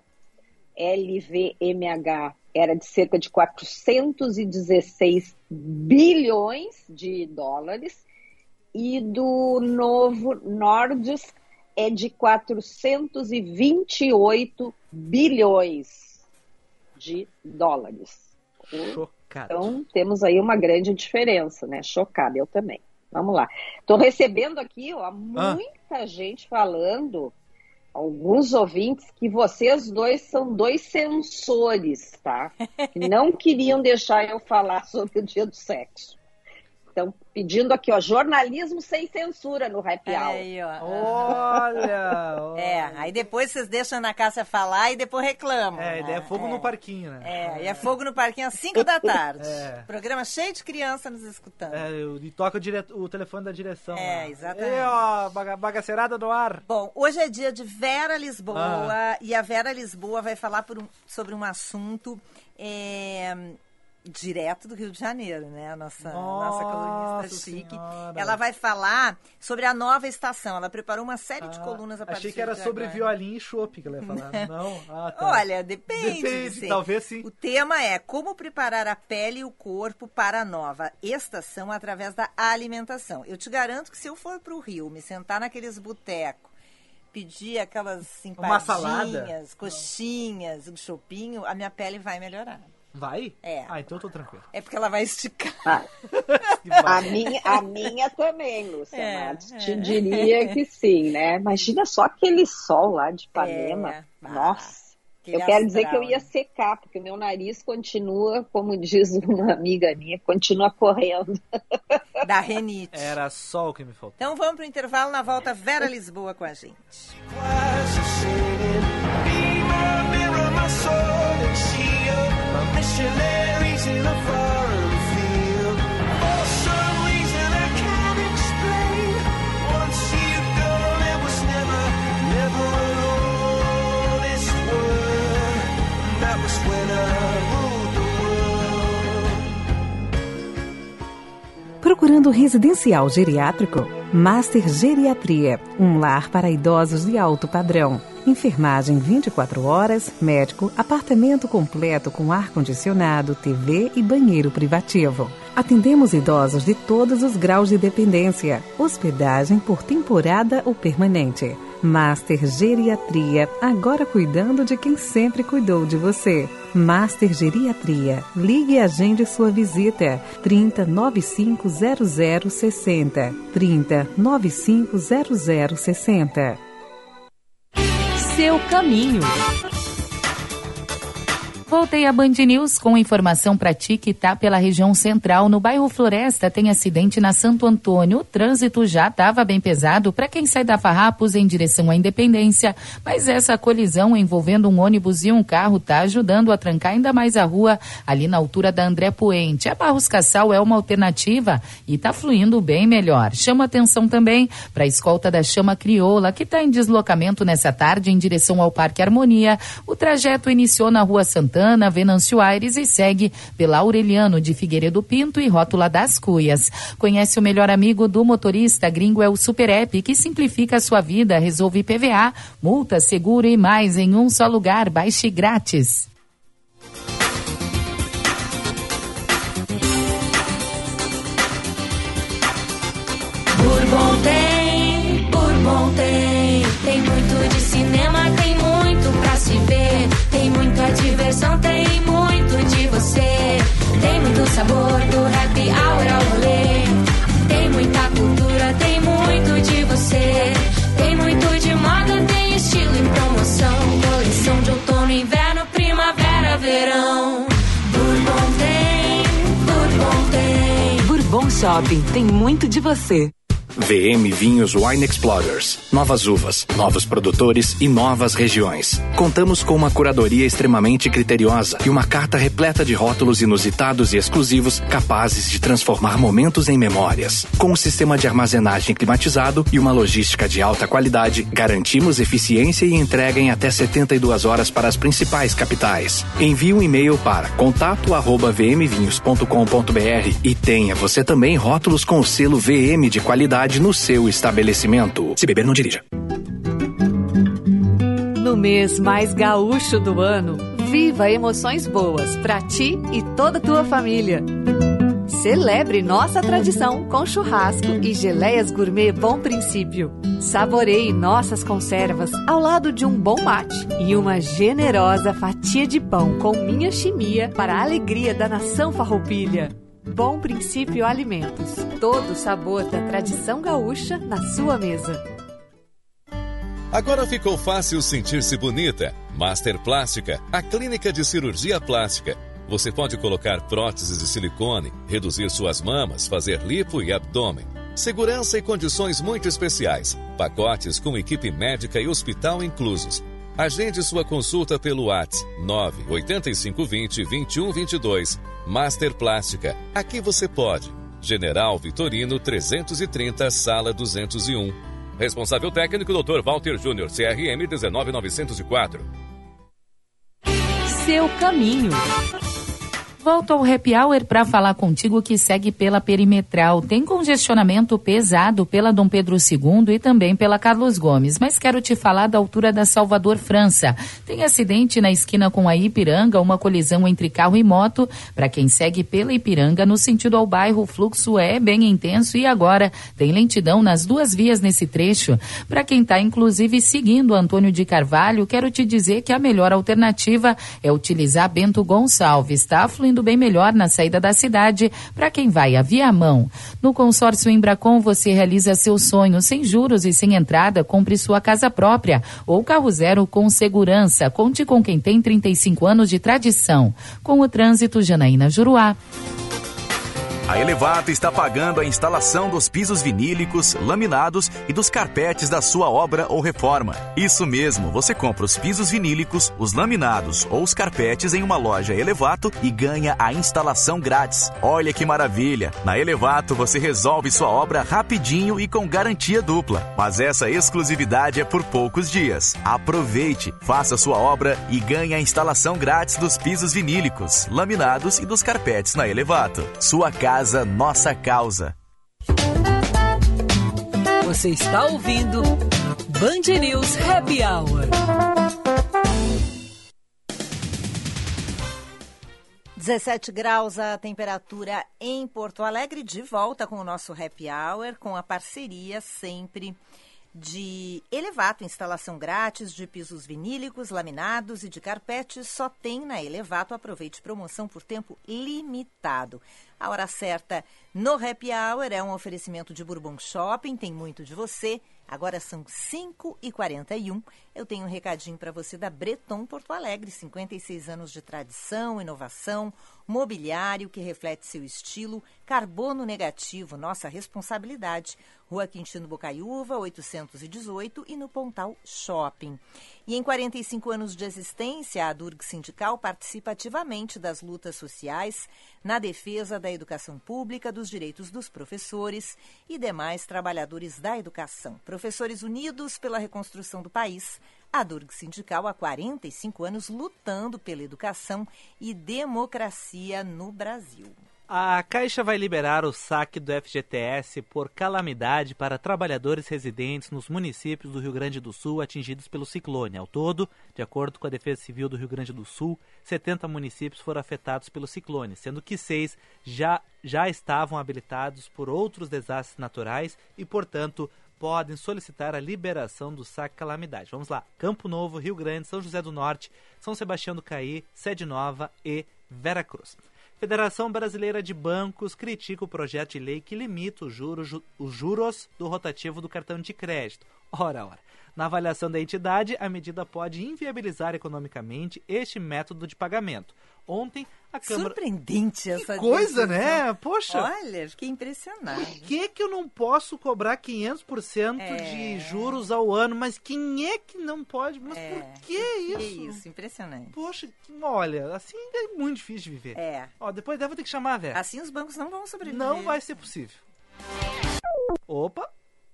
LVMH era de cerca de 416 bilhões de dólares e do novo Nordisk é de 428 bilhões de dólares. Chocado. Então, temos aí uma grande diferença, né? Chocada, eu também. Vamos lá. Estou recebendo aqui, muita gente falando, alguns ouvintes, que vocês dois são dois censores, tá? Que não queriam deixar eu falar sobre o Dia do Sexo. Então, pedindo aqui, jornalismo sem censura no Happy Hour. Aí, Olha! Aí depois vocês deixam a Ana Cássia falar e depois reclamam. Daí é fogo no parquinho, né? E é fogo no parquinho às 5 da tarde. Programa cheio de criança nos escutando. E toca o telefone da direção. Exatamente. Bagaceirada no ar. Bom, hoje é dia de Vera Lisboa e a Vera Lisboa vai falar sobre um assunto... direto do Rio de Janeiro, né? A nossa colunista chique. Ela vai falar sobre a nova estação. Ela preparou uma série de colunas a partir de Achei que era sobre violim e chopp que ela ia falar. Não? Tá. Olha, depende. Talvez sim. O tema é como preparar a pele e o corpo para a nova estação através da alimentação. Eu te garanto que se eu for para o Rio, me sentar naqueles botecos, pedir aquelas empadinhas, coxinhas, um chopinho, a minha pele vai melhorar. Vai? É. Então eu tô tranquilo. É porque ela vai esticar. A minha também, Lúcia Matos. Te diria que sim, né? Imagina só aquele sol lá de Ipanema. Nossa. Eu quero dizer que eu ia secar, porque o meu nariz continua, como diz uma amiga minha, continua correndo. Da renite. Era só o que me faltou. Então vamos pro intervalo, na volta Vera Lisboa com a gente. Procurando residencial geriátrico? Master Geriatria, um lar para idosos de alto padrão. Enfermagem 24 horas, médico, apartamento completo com ar-condicionado, TV e banheiro privativo. Atendemos idosos de todos os graus de dependência. Hospedagem por temporada ou permanente. Master Geriatria, agora cuidando de quem sempre cuidou de você. Master Geriatria. Ligue e agende sua visita. 30 95 00 60. 30 95 00 60. Seu caminho. Voltei a Band News com informação para ti que está pela região central. No bairro Floresta tem acidente na Santo Antônio. O trânsito já estava bem pesado para quem sai da Farrapos em direção à Independência. Mas essa colisão envolvendo um ônibus e um carro está ajudando a trancar ainda mais a rua ali na altura da André Poente. A Barros Cassal é uma alternativa e está fluindo bem melhor. Chama atenção também para a escolta da Chama Crioula, que está em deslocamento nessa tarde em direção ao Parque Harmonia. O trajeto iniciou na Rua Santana, Venâncio Aires e segue pela Aureliano de Figueiredo Pinto e Rótula das Cuias. Conhece o melhor amigo do motorista gringo? É o Super App, que simplifica a sua vida, resolve PVA, multa, seguro e mais em um só lugar. Baixe grátis. Bourbon tem muito de cinema, tem muito pra se ver, tem muita diversão, tem muito de você, tem muito sabor do happy hour ao rolê, tem muita cultura, tem muito de você, tem muito de moda, tem estilo e promoção, coleção de outono, inverno, primavera, verão. Bourbon tem. Bourbon Shopping tem muito de você. VM Vinhos Wine Explorers. Novas uvas, novos produtores e novas regiões. Contamos com uma curadoria extremamente criteriosa e uma carta repleta de rótulos inusitados e exclusivos capazes de transformar momentos em memórias. Com um sistema de armazenagem climatizado e uma logística de alta qualidade, garantimos eficiência e entrega em até 72 horas para as principais capitais. Envie um e-mail para contato@vmvinhos.com.br e tenha você também rótulos com o selo VM de qualidade no seu estabelecimento. Se beber, não dirija. No mês mais gaúcho do ano, viva emoções boas para ti e toda a tua família. Celebre nossa tradição com churrasco e geleias gourmet Bom Princípio. Saboreie nossas conservas ao lado de um bom mate e uma generosa fatia de pão com minha chimia para a alegria da nação farroupilha. Bom Princípio Alimentos. Todo o sabor da tradição gaúcha na sua mesa. Agora ficou fácil sentir-se bonita. Master Plástica, a clínica de cirurgia plástica. Você pode colocar próteses de silicone, reduzir suas mamas, fazer lipo e abdômen. Segurança e condições muito especiais. Pacotes com equipe médica e hospital inclusos. Agende sua consulta pelo WhatsApp 98520-2122. Master Plástica. Aqui você pode. General Vitorino 330, Sala 201. Responsável técnico Dr. Walter Júnior, CRM 19904. Seu caminho. Volto ao Happy Hour para falar contigo que segue pela Perimetral. Tem congestionamento pesado pela Dom Pedro II e também pela Carlos Gomes, mas quero te falar da altura da Salvador França. Tem acidente na esquina com a Ipiranga, uma colisão entre carro e moto. Para quem segue pela Ipiranga, no sentido ao bairro, o fluxo é bem intenso e agora tem lentidão nas duas vias nesse trecho. Para quem está inclusive seguindo Antônio de Carvalho, quero te dizer que a melhor alternativa é utilizar Bento Gonçalves. Está fluindo bem melhor na saída da cidade para quem vai a Viamão. No consórcio Embracon, você realiza seu sonho sem juros e sem entrada, compre sua casa própria ou carro zero com segurança. Conte com quem tem 35 anos de tradição. Com o trânsito, Janaína Juruá. A Elevato está pagando a instalação dos pisos vinílicos, laminados e dos carpetes da sua obra ou reforma. Isso mesmo, você compra os pisos vinílicos, os laminados ou os carpetes em uma loja Elevato e ganha a instalação grátis. Olha que maravilha! Na Elevato você resolve sua obra rapidinho e com garantia dupla. Mas essa exclusividade é por poucos dias. Aproveite, faça sua obra e ganhe a instalação grátis dos pisos vinílicos, laminados e dos carpetes na Elevato. Sua casa, nossa causa. Você está ouvindo Band News Happy Hour. 17 graus a temperatura em Porto Alegre, de volta com o nosso Happy Hour, com a parceria sempre de Elevato, instalação grátis de pisos vinílicos, laminados e de carpetes, só tem na Elevato. Aproveite promoção por tempo limitado. A hora certa no Happy Hour é um oferecimento de Bourbon Shopping, tem muito de você. Agora são 5h41. Eu tenho um recadinho para você da Breton Porto Alegre. 56 anos de tradição, inovação, mobiliário que reflete seu estilo, carbono negativo, nossa responsabilidade. Rua Quintino Bocaiúva, 818 e no Pontal Shopping. E em 45 anos de existência, a Durg Sindical participa ativamente das lutas sociais na defesa da educação pública, dos direitos dos professores e demais trabalhadores da educação. Professores unidos pela reconstrução do país, a Durg Sindical há 45 anos lutando pela educação e democracia no Brasil. A Caixa vai liberar o saque do FGTS por calamidade para trabalhadores residentes nos municípios do Rio Grande do Sul atingidos pelo ciclone. Ao todo, de acordo com a Defesa Civil do Rio Grande do Sul, 70 municípios foram afetados pelo ciclone, sendo que 6 já estavam habilitados por outros desastres naturais e, portanto, podem solicitar a liberação do saque calamidade. Vamos lá: Campo Novo, Rio Grande, São José do Norte, São Sebastião do Caí, Sede Nova e Veracruz. Federação Brasileira de Bancos critica o projeto de lei que limita os juros do rotativo do cartão de crédito. Ora. Na avaliação da entidade, a medida pode inviabilizar economicamente este método de pagamento. Ontem, a Câmara... Surpreendente essa coisa, decisão, né? Poxa! Olha, fiquei impressionada. Por que eu não posso cobrar 500% de juros ao ano? Mas quem é que não pode? Mas por que isso? Que isso, impressionante. Poxa, olha, assim é muito difícil de viver. Ó, depois deve ter que chamar a Vera. Assim os bancos não vão sobreviver. Não vai ser possível. Opa!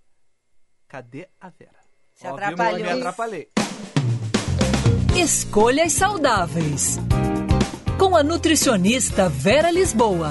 Cadê a Vera? Se atrapalhou. Me atrapalhei. Escolhas saudáveis. Com a nutricionista Vera Lisboa.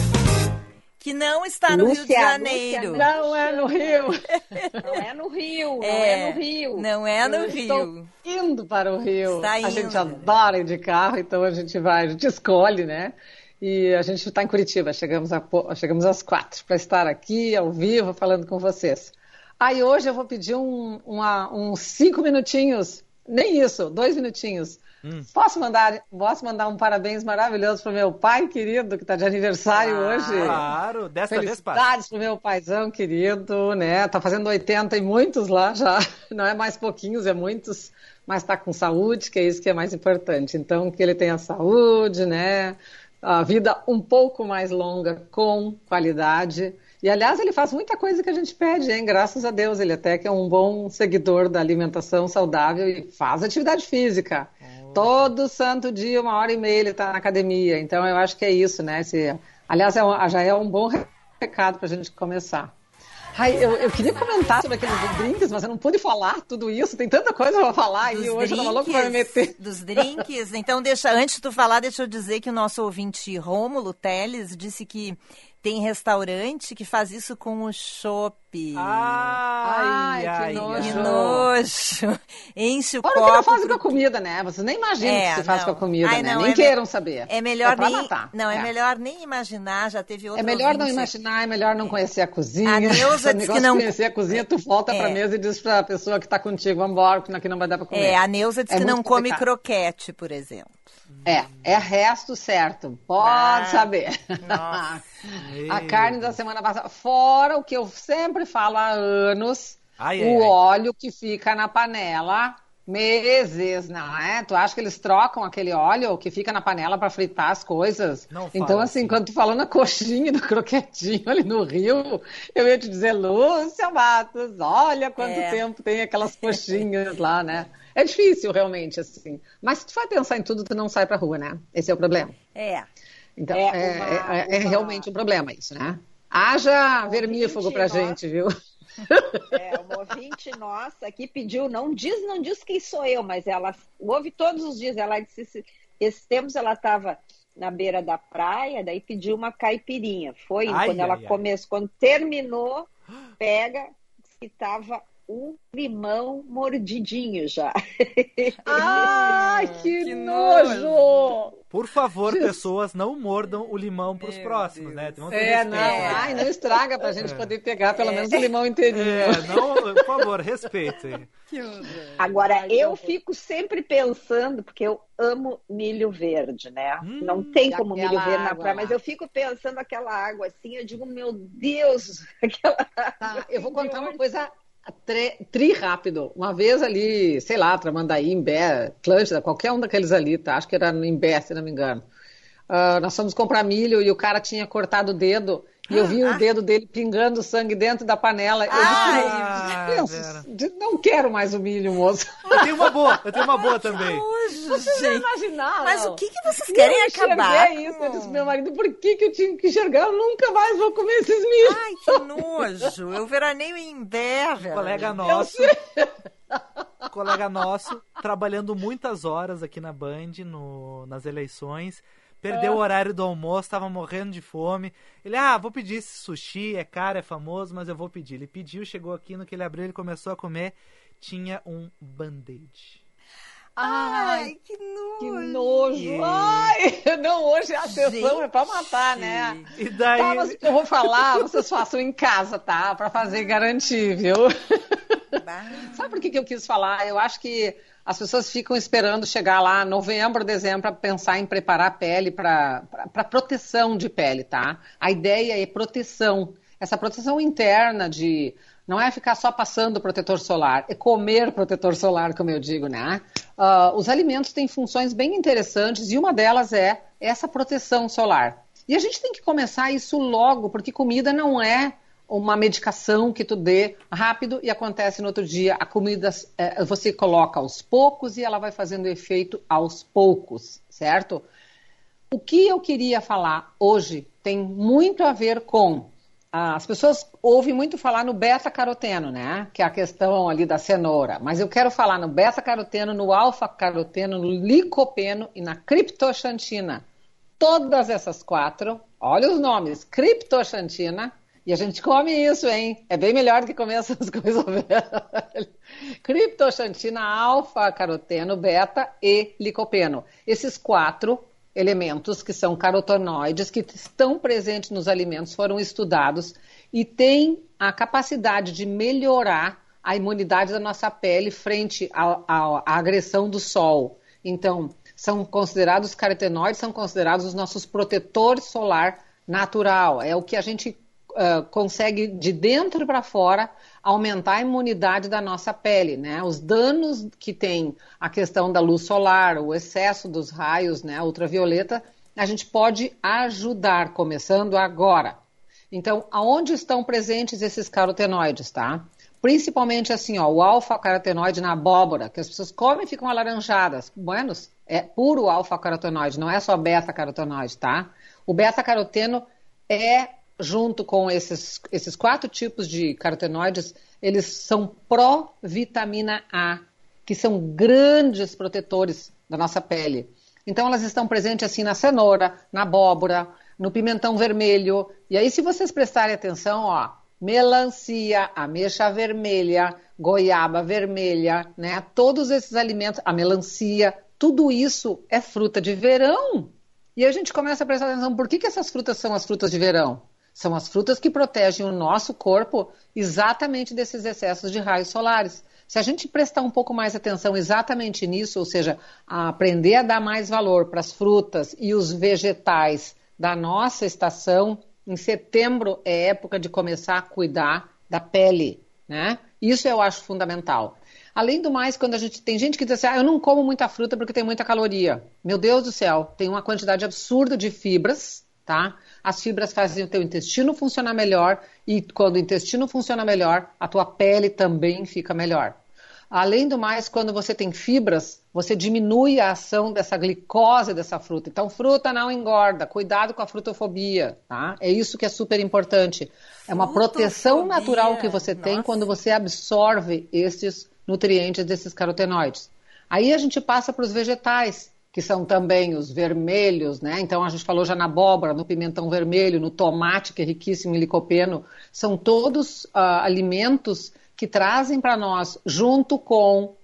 Que não está no Rio de Janeiro. Não é no Rio. Não é no Rio. Não é no Rio. Não é no Rio. Estou indo para o Rio. Está indo. A gente adora ir de carro, então a gente escolhe, né? E a gente está em Curitiba. Chegamos às 4 para estar aqui ao vivo falando com vocês. Aí hoje eu vou pedir uns 5 minutinhos, nem isso, 2 minutinhos. Posso mandar um parabéns maravilhoso para o meu pai querido, que está de aniversário hoje. Claro, dessa vez passa. Felicidades para o meu paizão querido, né? Tá fazendo 80 e muitos lá já, não é mais pouquinhos, é muitos, mas está com saúde, que é isso que é mais importante. Então, que ele tenha saúde, né? A vida um pouco mais longa, com qualidade. E, aliás, ele faz muita coisa que a gente pede, hein? Graças a Deus. Ele até que é um bom seguidor da alimentação saudável e faz atividade física. Todo santo dia, 1h30, ele está na academia. Então, eu acho que é isso, né? Aliás, já é um bom recado para a gente começar. Ai, eu queria comentar sobre aqueles drinks, mas eu não pude falar tudo isso. Tem tanta coisa pra falar e hoje eu tava louco pra me meter. Dos drinks. Então, antes de tu falar, deixa eu dizer que o nosso ouvinte Rômulo Teles disse que tem restaurante que faz isso com o chopp. Ai, que nojo. Que nojo. Enche o copo. Olha o que não fazem com a comida, né? Vocês nem imaginam o que se faz com a comida, né? Nem queiram saber. É melhor melhor nem imaginar, já teve outro. É melhor não imaginar, é melhor não conhecer a cozinha. A Neuza disse que não conhecer a cozinha, tu volta pra mesa e diz pra pessoa que tá contigo, vamos embora, porque aqui não vai dar pra comer. A Neuza disse que não come croquete, por exemplo. É resto certo, pode saber. Nossa. A carne da semana passada, fora o que eu sempre falo há anos, óleo que fica na panela meses, não é? Tu acha que eles trocam aquele óleo que fica na panela para fritar as coisas? Então, assim, quando tu falou na coxinha do croquetinho ali no Rio, eu ia te dizer, Lúcia Matos, olha quanto tempo tem aquelas coxinhas lá, né? É difícil, realmente, assim. Mas se tu vai pensar em tudo, tu não sai pra rua, né? Esse é o problema. Então, é realmente um problema isso, né? Haja vermífugo pra gente, viu? Uma ouvinte nossa aqui pediu, não diz quem sou eu, mas ela ouve todos os dias. Ela disse, esses tempos ela estava na beira da praia, daí pediu uma caipirinha. Foi quando terminou, pega, que estava um limão mordidinho já. Ai, que nojo! Por favor, pessoas, não mordam o limão pros próximos, né? Não estraga pra gente poder pegar pelo menos o limão inteirinho. Por favor, respeitem. Agora, eu fico sempre pensando, porque eu amo milho verde, né? Não tem como milho verde na praia, mas eu fico pensando aquela água assim, eu digo, meu Deus, aquela água. Eu vou contar uma coisa tri rápido. Uma vez ali, sei lá, Tramandaí, Imbé, Atlântida, qualquer um daqueles ali, tá? Acho que era no Imbé, se não me engano. Nós fomos comprar milho e o cara tinha cortado o dedo e eu vi o dedo dele pingando sangue dentro da panela. Eu disse, não quero mais o milho, moço. Eu tenho uma boa também. Vocês não imaginaram. Mas o que vocês querem acabar? Eu disse pro meu marido, por que eu tinha que enxergar? Eu nunca mais vou comer esses milhos. Ai, que nojo. Eu veraneio em inverno. Colega nosso, trabalhando muitas horas aqui na Band, nas eleições. Perdeu o horário do almoço, tava morrendo de fome. Ele, vou pedir esse sushi, é caro, é famoso, mas eu vou pedir. Ele pediu, chegou aqui, no que ele abriu, ele começou a comer, tinha um band-aid. Ai, que nojo. Que nojo. Ai, não, hoje a sessão é pra matar, né? E daí... Tá, mas o que eu vou falar, vocês façam em casa, tá? Pra fazer garantir, viu? Sabe por que eu quis falar? Eu acho que as pessoas ficam esperando chegar lá novembro, dezembro, para pensar em preparar a pele para proteção de pele, tá? A ideia é proteção. Essa proteção interna não é ficar só passando protetor solar, é comer protetor solar, como eu digo, né? Os alimentos têm funções bem interessantes e uma delas é essa proteção solar. E a gente tem que começar isso logo, porque comida não é uma medicação que tu dê rápido e acontece no outro dia. A comida você coloca aos poucos e ela vai fazendo efeito aos poucos, certo? O que eu queria falar hoje tem muito a ver com... as pessoas ouvem muito falar no beta-caroteno, né? Que é a questão ali da cenoura. Mas eu quero falar no beta-caroteno, no alfa-caroteno, no licopeno e na criptoxantina. Todas essas 4, olha os nomes, criptoxantina... E a gente come isso, hein? É bem melhor do que comer essas coisas velhas. Criptoxantina, alfa-caroteno, beta e licopeno. Esses 4 elementos que são carotenoides, que estão presentes nos alimentos, foram estudados e têm a capacidade de melhorar a imunidade da nossa pele frente à agressão do sol. Então, são considerados carotenoides, são considerados os nossos protetores solar natural. É o que a gente consegue de dentro para fora aumentar a imunidade da nossa pele, né? Os danos que tem a questão da luz solar, o excesso dos raios, né, ultravioleta, a gente pode ajudar, começando agora. Então, aonde estão presentes esses carotenoides, tá? Principalmente assim, o alfa-carotenoide na abóbora, que as pessoas comem e ficam alaranjadas. Buenos, é puro alfa-carotenoide, não é só beta-carotenoide, tá? O beta-caroteno é junto com esses 4 tipos de carotenoides, eles são pró-vitamina A, que são grandes protetores da nossa pele. Então, elas estão presentes assim na cenoura, na abóbora, no pimentão vermelho. E aí, se vocês prestarem atenção, ó, melancia, ameixa vermelha, goiaba vermelha, né? Todos esses alimentos, a melancia, tudo isso é fruta de verão. E a gente começa a prestar atenção, por que essas frutas são as frutas de verão? São as frutas que protegem o nosso corpo exatamente desses excessos de raios solares. Se a gente prestar um pouco mais atenção exatamente nisso, ou seja, a aprender a dar mais valor para as frutas e os vegetais da nossa estação, em setembro é época de começar a cuidar da pele, né? Isso eu acho fundamental. Além do mais, quando tem gente que diz assim, eu não como muita fruta porque tem muita caloria. Meu Deus do céu, tem uma quantidade absurda de fibras, tá? As fibras fazem o teu intestino funcionar melhor e quando o intestino funciona melhor, a tua pele também fica melhor. Além do mais, quando você tem fibras, você diminui a ação dessa glicose dessa fruta. Então, fruta não engorda. Cuidado com a frutofobia, tá? É isso que é super importante. É uma proteção natural que você tem quando você absorve esses nutrientes desses carotenoides. Aí a gente passa para os vegetais, que são também os vermelhos, né? Então, a gente falou já na abóbora, no pimentão vermelho, no tomate, que é riquíssimo em licopeno. São todos alimentos que trazem para nós, junto com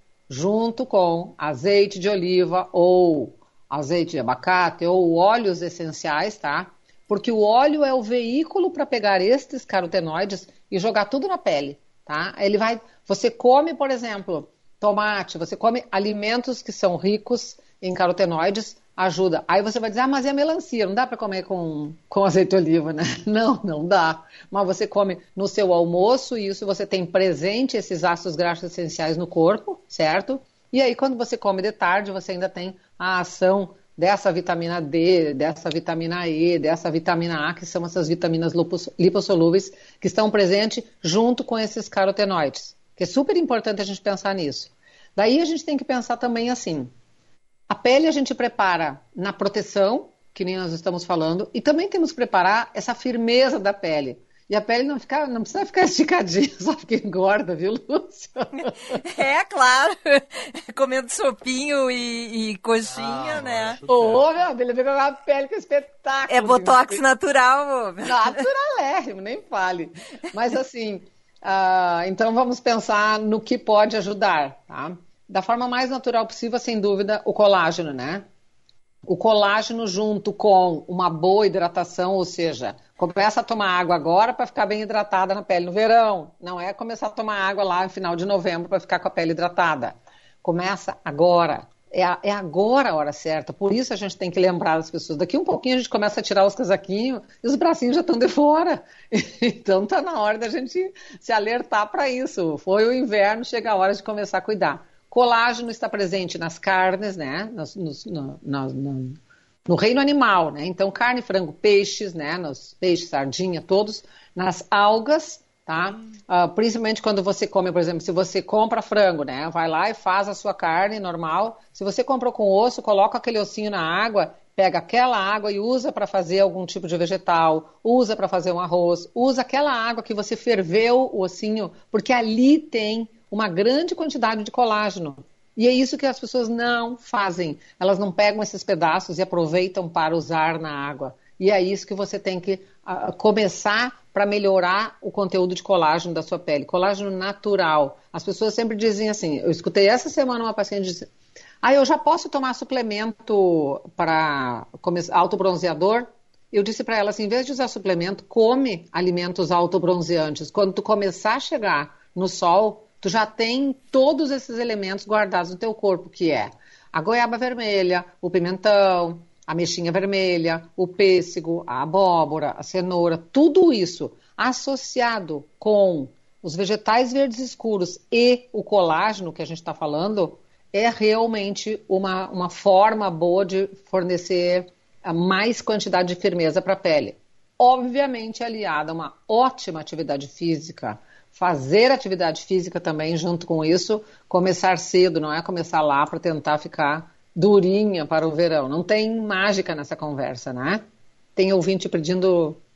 azeite de oliva ou azeite de abacate ou óleos essenciais, tá? Porque o óleo é o veículo para pegar estes carotenoides e jogar tudo na pele, tá? Você come, por exemplo, tomate, você come alimentos que são ricos em carotenoides, ajuda. Aí você vai dizer, mas e a melancia? Não dá para comer com azeite de oliva, né? Não dá. Mas você come no seu almoço e isso você tem presente esses ácidos graxos essenciais no corpo, certo? E aí quando você come de tarde, você ainda tem a ação dessa vitamina D, dessa vitamina E, dessa vitamina A, que são essas vitaminas lipossolúveis que estão presentes junto com esses carotenoides. Que é super importante a gente pensar nisso. Daí a gente tem que pensar também assim, a pele a gente prepara na proteção, que nem nós estamos falando, e também temos que preparar essa firmeza da pele. E a pele não precisa ficar esticadinha, só fica engorda, viu, Lúcia? É, claro. Comendo sopinho e coxinha, né? Ô, meu, ele veio com uma pele que é espetáculo. É botox natural, meu. Naturalérrimo, nem fale. Mas assim, então vamos pensar no que pode ajudar, tá? Da forma mais natural possível, sem dúvida, o colágeno, né? O colágeno junto com uma boa hidratação, ou seja, começa a tomar água agora para ficar bem hidratada na pele no verão. Não é começar a tomar água lá no final de novembro para ficar com a pele hidratada. Começa agora. É agora a hora certa. Por isso a gente tem que lembrar as pessoas. Daqui um pouquinho a gente começa a tirar os casaquinhos e os bracinhos já estão de fora. Então tá na hora da gente se alertar para isso. Foi o inverno, chega a hora de começar a cuidar. Colágeno está presente nas carnes, né? No reino animal, né? Então, carne, frango, peixes, né? Nos peixes, sardinha, todos. Nas algas, tá? Principalmente quando você come, por exemplo, se você compra frango, né? Vai lá e faz a sua carne normal. Se você comprou com osso, coloca aquele ossinho na água, pega aquela água e usa para fazer algum tipo de vegetal, usa para fazer um arroz, usa aquela água que você ferveu o ossinho, porque ali tem uma grande quantidade de colágeno. E é isso que as pessoas não fazem. Elas não pegam esses pedaços e aproveitam para usar na água. E é isso que você tem que começar para melhorar o conteúdo de colágeno da sua pele. Colágeno natural. As pessoas sempre dizem assim, eu escutei essa semana uma paciente dizer, eu já posso tomar suplemento para autobronzeador? Eu disse para ela assim, em vez de usar suplemento, come alimentos autobronzeantes. Quando tu começar a chegar no sol, tu já tem todos esses elementos guardados no teu corpo, que é a goiaba vermelha, o pimentão, a mexinha vermelha, o pêssego, a abóbora, a cenoura, tudo isso associado com os vegetais verdes escuros e o colágeno que a gente está falando, é realmente uma forma boa de fornecer mais quantidade de firmeza para a pele. Obviamente aliada a uma ótima atividade física, fazer atividade física também junto com isso, começar cedo, não é começar lá para tentar ficar durinha para o verão. Não tem mágica nessa conversa, né? Tem ouvinte pedindo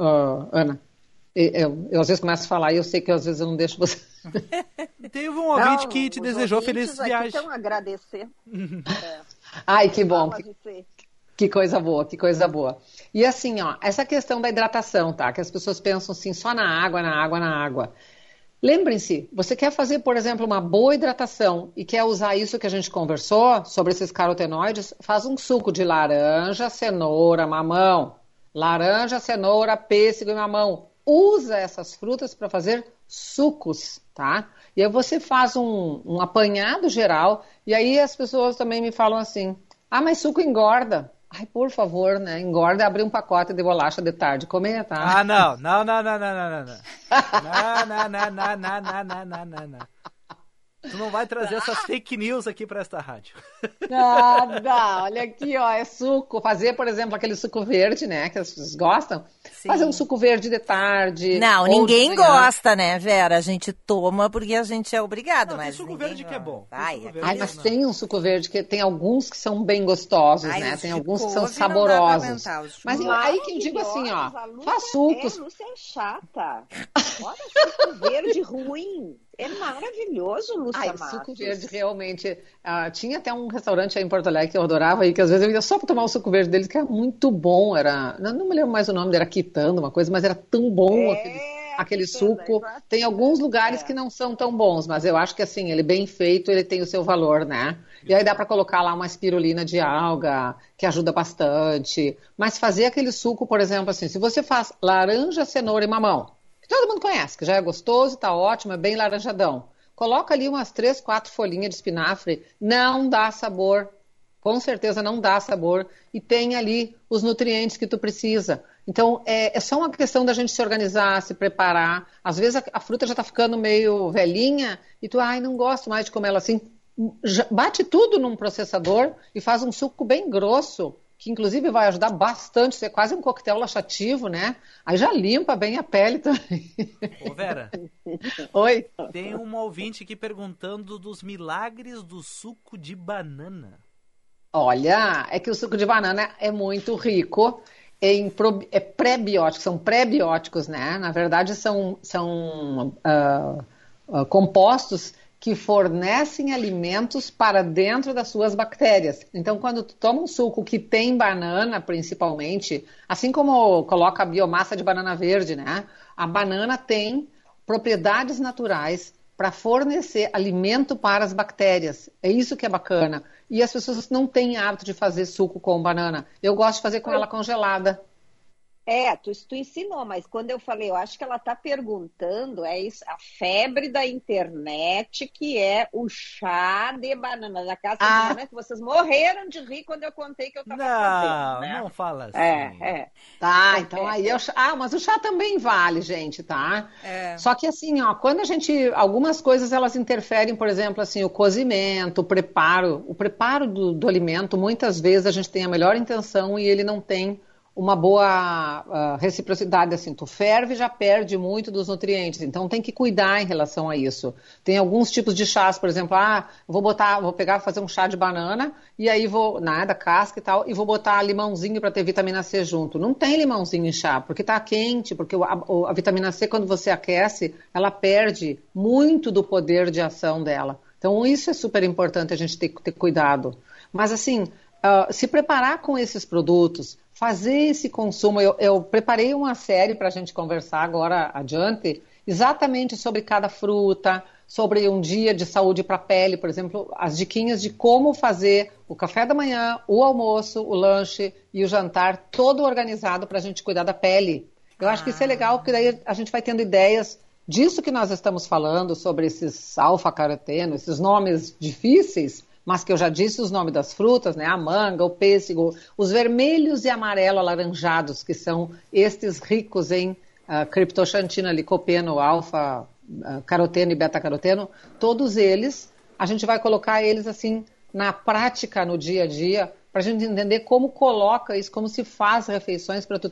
Ana. Eu às vezes começo a falar e eu sei que às vezes eu não deixo você. Teve um ouvinte que te desejou feliz viagem. Então, agradecer. Ai, que bom. Que coisa boa, que coisa boa. E assim, essa questão da hidratação, tá? Que as pessoas pensam assim, só na água. Lembrem-se, você quer fazer, por exemplo, uma boa hidratação e quer usar isso que a gente conversou sobre esses carotenoides, faz um suco de laranja, cenoura, mamão. Laranja, cenoura, pêssego e mamão. Usa essas frutas para fazer sucos, tá? E aí você faz um apanhado geral e aí as pessoas também me falam assim, mas suco engorda. Ai, por favor, né? Engorda e abrir um pacote de bolacha de tarde e comer, tá? Não. Não. Tu não vai trazer essas fake news aqui para esta rádio. Nada, olha aqui, é suco. Fazer, por exemplo, aquele suco verde, né? Que as pessoas gostam. Sim. Fazer um suco verde de tarde. Não, ninguém gosta, né, Vera? A gente toma porque a gente é obrigado. Mas tem suco verde que é bom. Mas tem um suco verde que tem alguns que são bem gostosos, né? Tem alguns que são saborosos. Mas aí que eu digo assim, faz sucos. Lúcia é chata. Olha, suco verde ruim. É maravilhoso, Lúcia Matos. Suco verde, realmente. Tinha até um restaurante aí em Porto Alegre que eu adorava e que às vezes eu ia só para tomar o suco verde deles, que era muito bom. Não me lembro mais o nome, era Quitando, uma coisa, mas era tão bom aquele suco. Tem alguns lugares que não são tão bons, mas eu acho que assim, ele bem feito, ele tem o seu valor, né? E aí dá para colocar lá uma espirulina de alga, que ajuda bastante. Mas fazer aquele suco, por exemplo, assim, se você faz laranja, cenoura e mamão, que todo mundo conhece, que já é gostoso, tá ótimo, é bem laranjadão. Coloca ali umas 3, 4 folhinhas de espinafre, não dá sabor, com certeza não dá sabor, e tem ali os nutrientes que tu precisa. Então, é só uma questão da gente se organizar, se preparar. Às vezes a fruta já tá ficando meio velhinha, e tu, não gosto mais de comer ela assim. Bate tudo num processador e faz um suco bem grosso, que inclusive vai ajudar bastante, ser quase um coquetel laxativo, né? Aí já limpa bem a pele também. Ô Vera. Oi. Tem um ouvinte aqui perguntando dos milagres do suco de banana. Olha, é que o suco de banana é muito rico em pré-bióticos, são pré-bióticos, né? Na verdade são compostos que fornecem alimentos para dentro das suas bactérias. Então, quando tu toma um suco que tem banana, principalmente, assim como coloca a biomassa de banana verde, né? A banana tem propriedades naturais para fornecer alimento para as bactérias. É isso que é bacana. E as pessoas não têm hábito de fazer suco com banana. Eu gosto de fazer com ela congelada. Tu ensinou, mas quando eu falei, eu acho que ela está perguntando, isso, a febre da internet, que é o chá de banana, na casa de banana, que vocês morreram de rir quando eu contei que eu estava fazendo, né? Não fala assim. Tá, então aí mas o chá também vale, gente, tá? Só que assim, quando algumas coisas elas interferem, por exemplo, assim, o cozimento, o preparo do alimento, muitas vezes a gente tem a melhor intenção e ele não tem uma boa reciprocidade, assim, tu ferve e já perde muito dos nutrientes, então tem que cuidar em relação a isso. Tem alguns tipos de chás, por exemplo, vou pegar, fazer um chá de banana, e aí da casca e tal, e vou botar limãozinho para ter vitamina C junto. Não tem limãozinho em chá, porque tá quente, porque a vitamina C, quando você aquece, ela perde muito do poder de ação dela. Então isso é super importante a gente ter cuidado. Mas assim, se preparar com esses produtos, fazer esse consumo. Eu preparei uma série para a gente conversar agora adiante, exatamente sobre cada fruta, sobre um dia de saúde para a pele, por exemplo, as diquinhas de como fazer o café da manhã, o almoço, o lanche e o jantar, todo organizado para a gente cuidar da pele. Eu acho que isso é legal, porque daí a gente vai tendo ideias disso que nós estamos falando, sobre esses alfa-carotenos, esses nomes difíceis, mas que eu já disse os nomes das frutas, né? A manga, o pêssego, os vermelhos e amarelo alaranjados, que são estes ricos em criptoxantina, licopeno, alfa-caroteno e beta-caroteno, todos eles, a gente vai colocar eles assim na prática, no dia a dia, para a gente entender como coloca isso, como se faz refeições para tu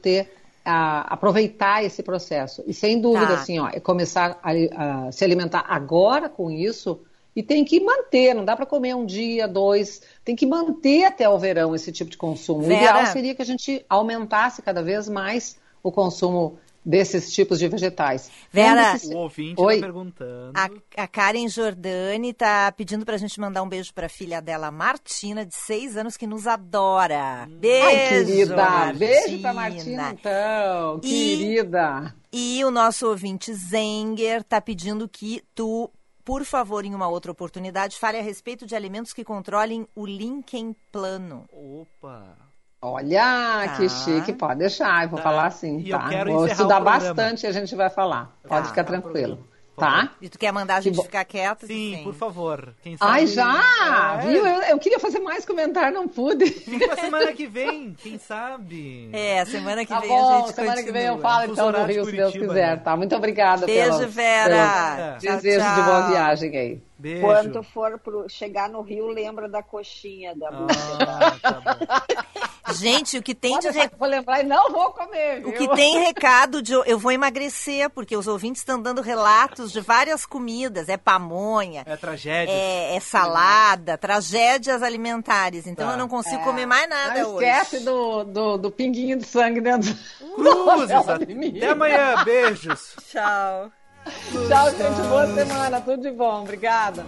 aproveitar esse processo. E sem dúvida, assim, é começar a se alimentar agora com isso. E tem que manter, não dá para comer um dia, 2, tem que manter até o verão esse tipo de consumo. O ideal seria que a gente aumentasse cada vez mais o consumo desses tipos de vegetais. Vera, o ouvinte está perguntando. A Karen Jordani está pedindo para a gente mandar um beijo para a filha dela, Martina, de 6 anos, que nos adora. Beijo, ai, querida. Martina. Beijo para Martina, então. Querida. E o nosso ouvinte Zenger está pedindo que tu, por favor, em uma outra oportunidade, fale a respeito de alimentos que controlem o Línken plano. Opa! Olha, que chique, pode deixar, eu vou falar assim, tá? Vou estudar bastante e a gente vai falar, pode ficar tranquilo, tá? E tu quer mandar a gente ficar quieta? Sim, por favor. Quem sabe... Ai, já? Viu? Eu queria fazer mais comentário, não pude. Fica a semana que vem, quem sabe? Semana que vem bom, a gente semana continua. que vem eu falo então do Rio, se Deus quiser, tá? Muito obrigada Beijo, Vera. Pelo desejo de boa viagem aí. Beijo. Quando for chegar no Rio, lembra da coxinha da búfala. Tá gente, o que tem Vou lembrar e não vou comer, viu? O que tem recado de eu vou emagrecer, porque os ouvintes estão dando relatos de várias comidas. É pamonha. É tragédia. É salada, tragédias alimentares. Então eu não consigo comer mais nada hoje. Esquece do pinguinho de sangue dentro Cruzes. Até amanhã, beijos. Tchau. Tchau, gente. Boa semana. Tudo de bom. Obrigada.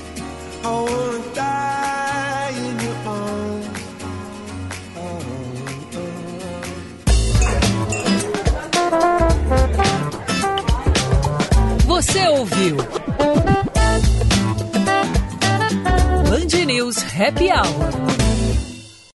Você ouviu Band News Happy Hour.